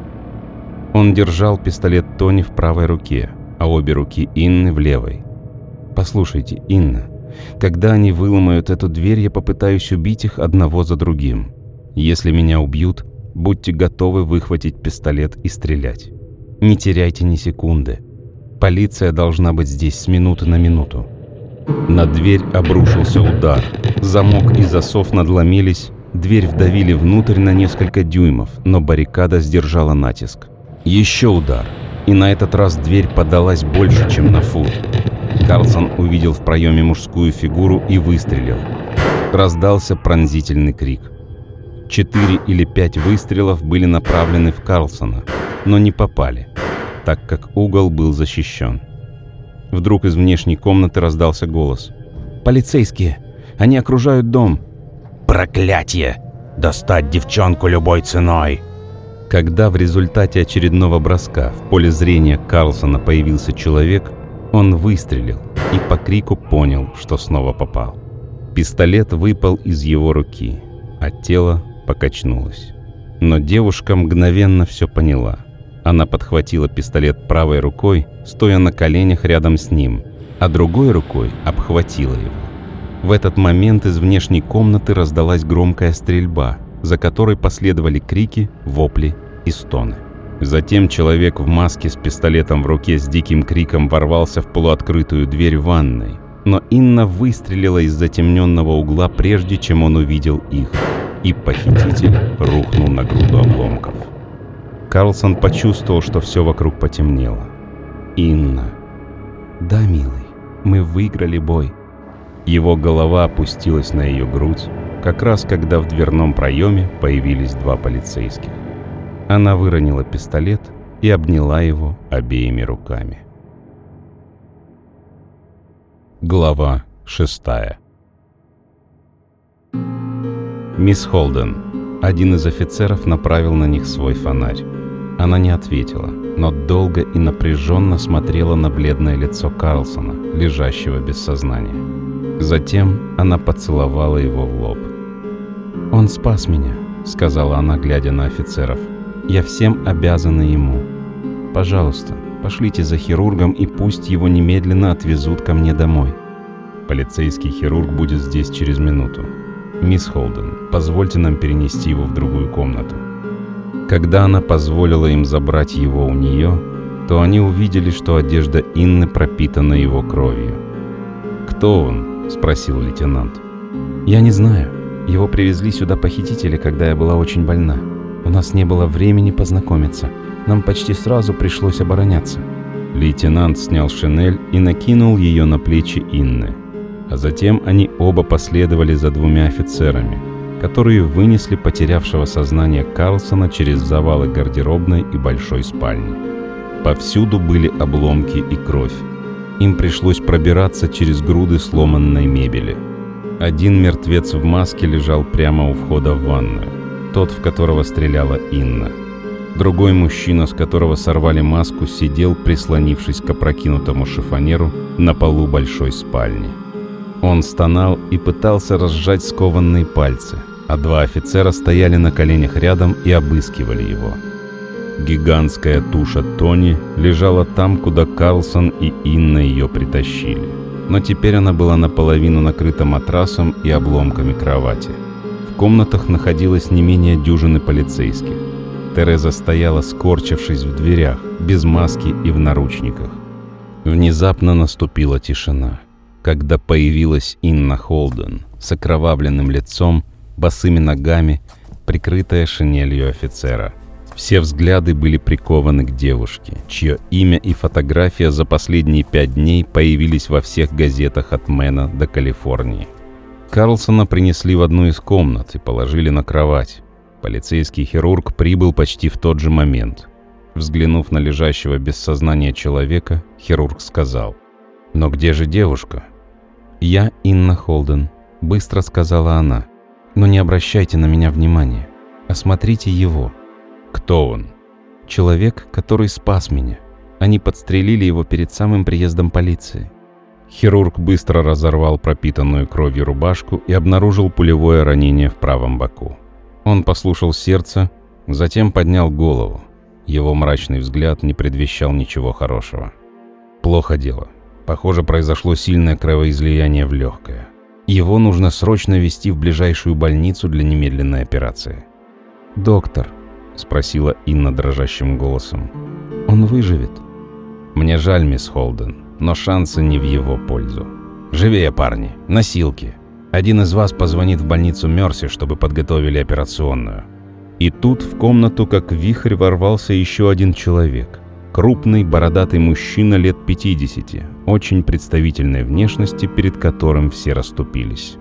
Он держал пистолет Тони в правой руке, а обе руки Инны в левой. «Послушайте, Инна, когда они выломают эту дверь, я попытаюсь убить их одного за другим. Если меня убьют, будьте готовы выхватить пистолет и стрелять. Не теряйте ни секунды. Полиция должна быть здесь с минуты на минуту». На дверь обрушился удар. Замок и засов надломились, дверь вдавили внутрь на несколько дюймов, но баррикада сдержала натиск. Еще удар, и на этот раз дверь подалась больше, чем на фут. Карлсон увидел в проеме мужскую фигуру и выстрелил. Раздался пронзительный крик. 4 или 5 выстрелов были направлены в Карлсона, но не попали, так как угол был защищен. Вдруг из внешней комнаты раздался голос. «Полицейские! Они окружают дом!» «Проклятие! Достать девчонку любой ценой!» Когда в результате очередного броска в поле зрения Карлсона появился человек, он выстрелил и по крику понял, что снова попал. Пистолет выпал из его руки, а тело покачнулось. Но девушка мгновенно все поняла. Она подхватила пистолет правой рукой, стоя на коленях рядом с ним, а другой рукой обхватила его. В этот момент из внешней комнаты раздалась громкая стрельба, за которой последовали крики, вопли и стоны. Затем человек в маске с пистолетом в руке с диким криком ворвался в полуоткрытую дверь ванной, но Инна выстрелила из затемненного угла, прежде чем он увидел их, и похититель рухнул на груду обломков. Карлсон почувствовал, что все вокруг потемнело. «Инна». «Да, милый, мы выиграли бой». Его голова опустилась на ее грудь, как раз когда в дверном проеме появились 2 полицейских. Она выронила пистолет и обняла его обеими руками. Глава 6. «Мисс Холден». Один из офицеров направил на них свой фонарь. Она не ответила, но долго и напряженно смотрела на бледное лицо Карлсона, лежащего без сознания. Затем она поцеловала его в лоб. «Он спас меня», — сказала она, глядя на офицеров. «Я всем обязана ему. Пожалуйста, пошлите за хирургом и пусть его немедленно отвезут ко мне домой». «Полицейский хирург будет здесь через минуту. Мисс Холден, позвольте нам перенести его в другую комнату». Когда она позволила им забрать его у нее, то они увидели, что одежда Инны пропитана его кровью. «Кто он?» — спросил лейтенант. «Я не знаю. Его привезли сюда похитители, когда я была очень больна. У нас не было времени познакомиться. Нам почти сразу пришлось обороняться». Лейтенант снял шинель и накинул ее на плечи Инны. А затем они оба последовали за 2 офицерами, которые вынесли потерявшего сознание Карлсона через завалы гардеробной и большой спальни. Повсюду были обломки и кровь. Им пришлось пробираться через груды сломанной мебели. Один мертвец в маске лежал прямо у входа в ванную, тот, в которого стреляла Инна. Другой мужчина, с которого сорвали маску, сидел, прислонившись к опрокинутому шифонеру на полу большой спальни. Он стонал и пытался разжать скованные пальцы, а два офицера стояли на коленях рядом и обыскивали его. Гигантская туша Тони лежала там, куда Карлсон и Инна ее притащили. Но теперь она была наполовину накрыта матрасом и обломками кровати. В комнатах находилось не менее дюжины полицейских. Тереза стояла, скорчившись в дверях, без маски и в наручниках. Внезапно наступила тишина, когда появилась Инна Холден с окровавленным лицом, босыми ногами, прикрытая шинелью офицера. Все взгляды были прикованы к девушке, чье имя и фотография за последние 5 дней появились во всех газетах от Мэна до Калифорнии. Карлсона принесли в одну из комнат и положили на кровать. Полицейский хирург прибыл почти в тот же момент. Взглянув на лежащего без сознания человека, хирург сказал: «Но где же девушка?» «Я Инна Холден», — быстро сказала она. «Но не обращайте на меня внимания. Осмотрите его». «Кто он?» «Человек, который спас меня. Они подстрелили его перед самым приездом полиции». Хирург быстро разорвал пропитанную кровью рубашку и обнаружил пулевое ранение в правом боку. Он послушал сердце, затем поднял голову. Его мрачный взгляд не предвещал ничего хорошего. «Плохо дело. Похоже, произошло сильное кровоизлияние в легкое. Его нужно срочно везти в ближайшую больницу для немедленной операции». «Доктор», — спросила Инна дрожащим голосом, — «он выживет?» «Мне жаль, мисс Холден, но шансы не в его пользу. Живее, парни, носилки. Один из вас позвонит в больницу Мерси, чтобы подготовили операционную». И тут в комнату, как вихрь, ворвался еще один человек. Крупный, бородатый мужчина лет 50, очень представительной внешности, перед которым все расступились.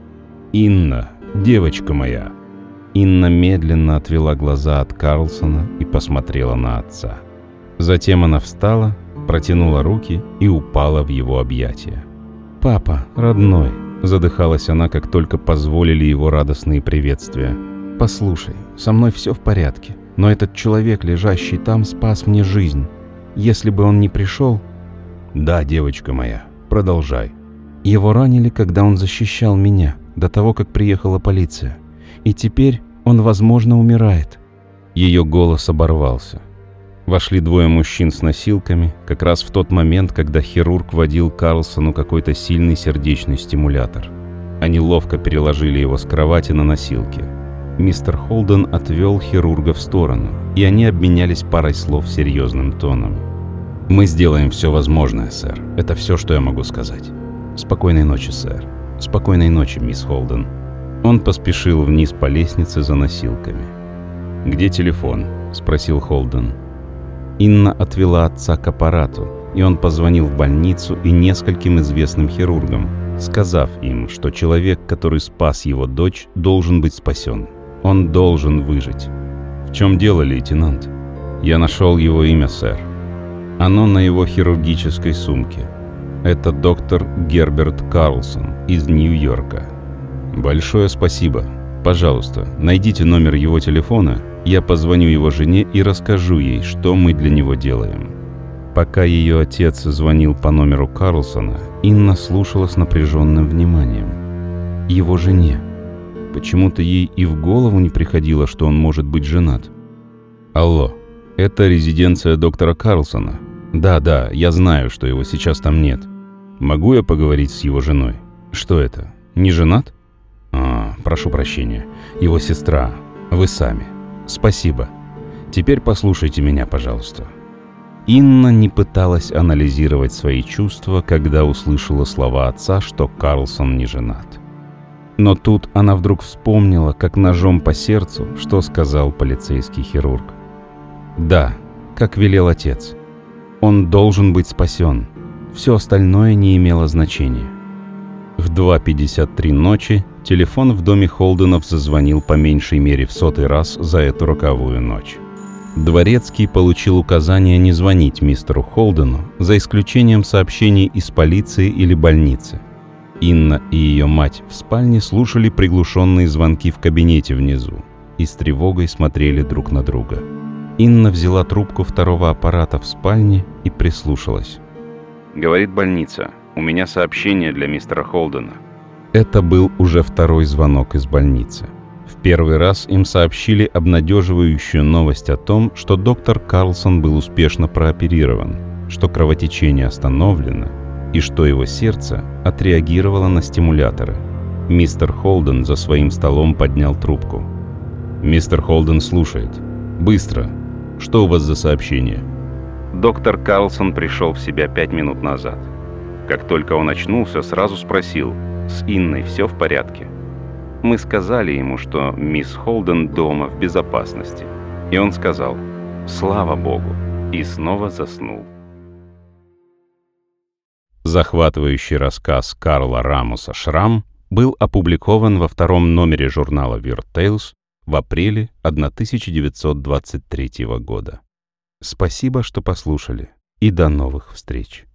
«Инна, девочка моя!» Инна медленно отвела глаза от Карлсона и посмотрела на отца. Затем она встала, протянула руки и упала в его объятия. «Папа, родной!» — задыхалась она, как только позволили его радостные приветствия. «Послушай, со мной все в порядке, но этот человек, лежащий там, спас мне жизнь. Если бы он не пришел...» «Да, девочка моя, продолжай». «Его ранили, когда он защищал меня, до того, как приехала полиция. И теперь он, возможно, умирает». Ее голос оборвался. Вошли двое мужчин с носилками, как раз в тот момент, когда хирург вводил Карлсону какой-то сильный сердечный стимулятор. Они ловко переложили его с кровати на носилки. Мистер Холден отвел хирурга в сторону, и они обменялись парой слов серьезным тоном. «Мы сделаем все возможное, сэр. Это все, что я могу сказать. Спокойной ночи, сэр. Спокойной ночи, мисс Холден». Он поспешил вниз по лестнице за носилками. «Где телефон?» — спросил Холден. Инна отвела отца к аппарату, и он позвонил в больницу и нескольким известным хирургам, сказав им, что человек, который спас его дочь, должен быть спасен. Он должен выжить. «В чем дело, лейтенант?» «Я нашел его имя, сэр. Оно на его хирургической сумке. Это доктор Герберт Карлсон из Нью-Йорка». «Большое спасибо. Пожалуйста, найдите номер его телефона, я позвоню его жене и расскажу ей, что мы для него делаем». Пока ее отец звонил по номеру Карлсона, Инна слушала с напряженным вниманием. Его жене. Почему-то ей и в голову не приходило, что он может быть женат. «Алло, это резиденция доктора Карлсона? Да, я знаю, что его сейчас там нет. Могу я поговорить с его женой? Что это, не женат?» «Прошу прощения. Его сестра. Вы сами. Спасибо. Теперь послушайте меня, пожалуйста». Инна не пыталась анализировать свои чувства, когда услышала слова отца, что Карлсон не женат. Но тут она вдруг вспомнила, как ножом по сердцу, что сказал полицейский хирург. Да, как велел отец. Он должен быть спасен. Все остальное не имело значения. В 2:53 ночи телефон в доме Холденов зазвонил по меньшей мере в 100-й раз за эту роковую ночь. Дворецкий получил указание не звонить мистеру Холдену, за исключением сообщений из полиции или больницы. Инна и ее мать в спальне слушали приглушенные звонки в кабинете внизу и с тревогой смотрели друг на друга. Инна взяла трубку второго аппарата в спальне и прислушалась. Говорит больница. У меня сообщение для мистера Холдена. Это был уже второй звонок из больницы. В первый раз им сообщили обнадеживающую новость о том, что доктор Карлсон был успешно прооперирован, что кровотечение остановлено и что его сердце отреагировало на стимуляторы. Мистер Холден за своим столом поднял трубку. «Мистер Холден слушает. Быстро. Что у вас за сообщение?» Доктор Карлсон пришел в себя 5 минут назад. Как только он очнулся, сразу спросил, с Инной все в порядке. Мы сказали ему, что мисс Холден дома в безопасности. И он сказал «Слава Богу!» и снова заснул. Захватывающий рассказ Карла Рамоса «Шрам» был опубликован во втором номере журнала Weird Tales в апреле 1923 года. Спасибо, что послушали, и до новых встреч.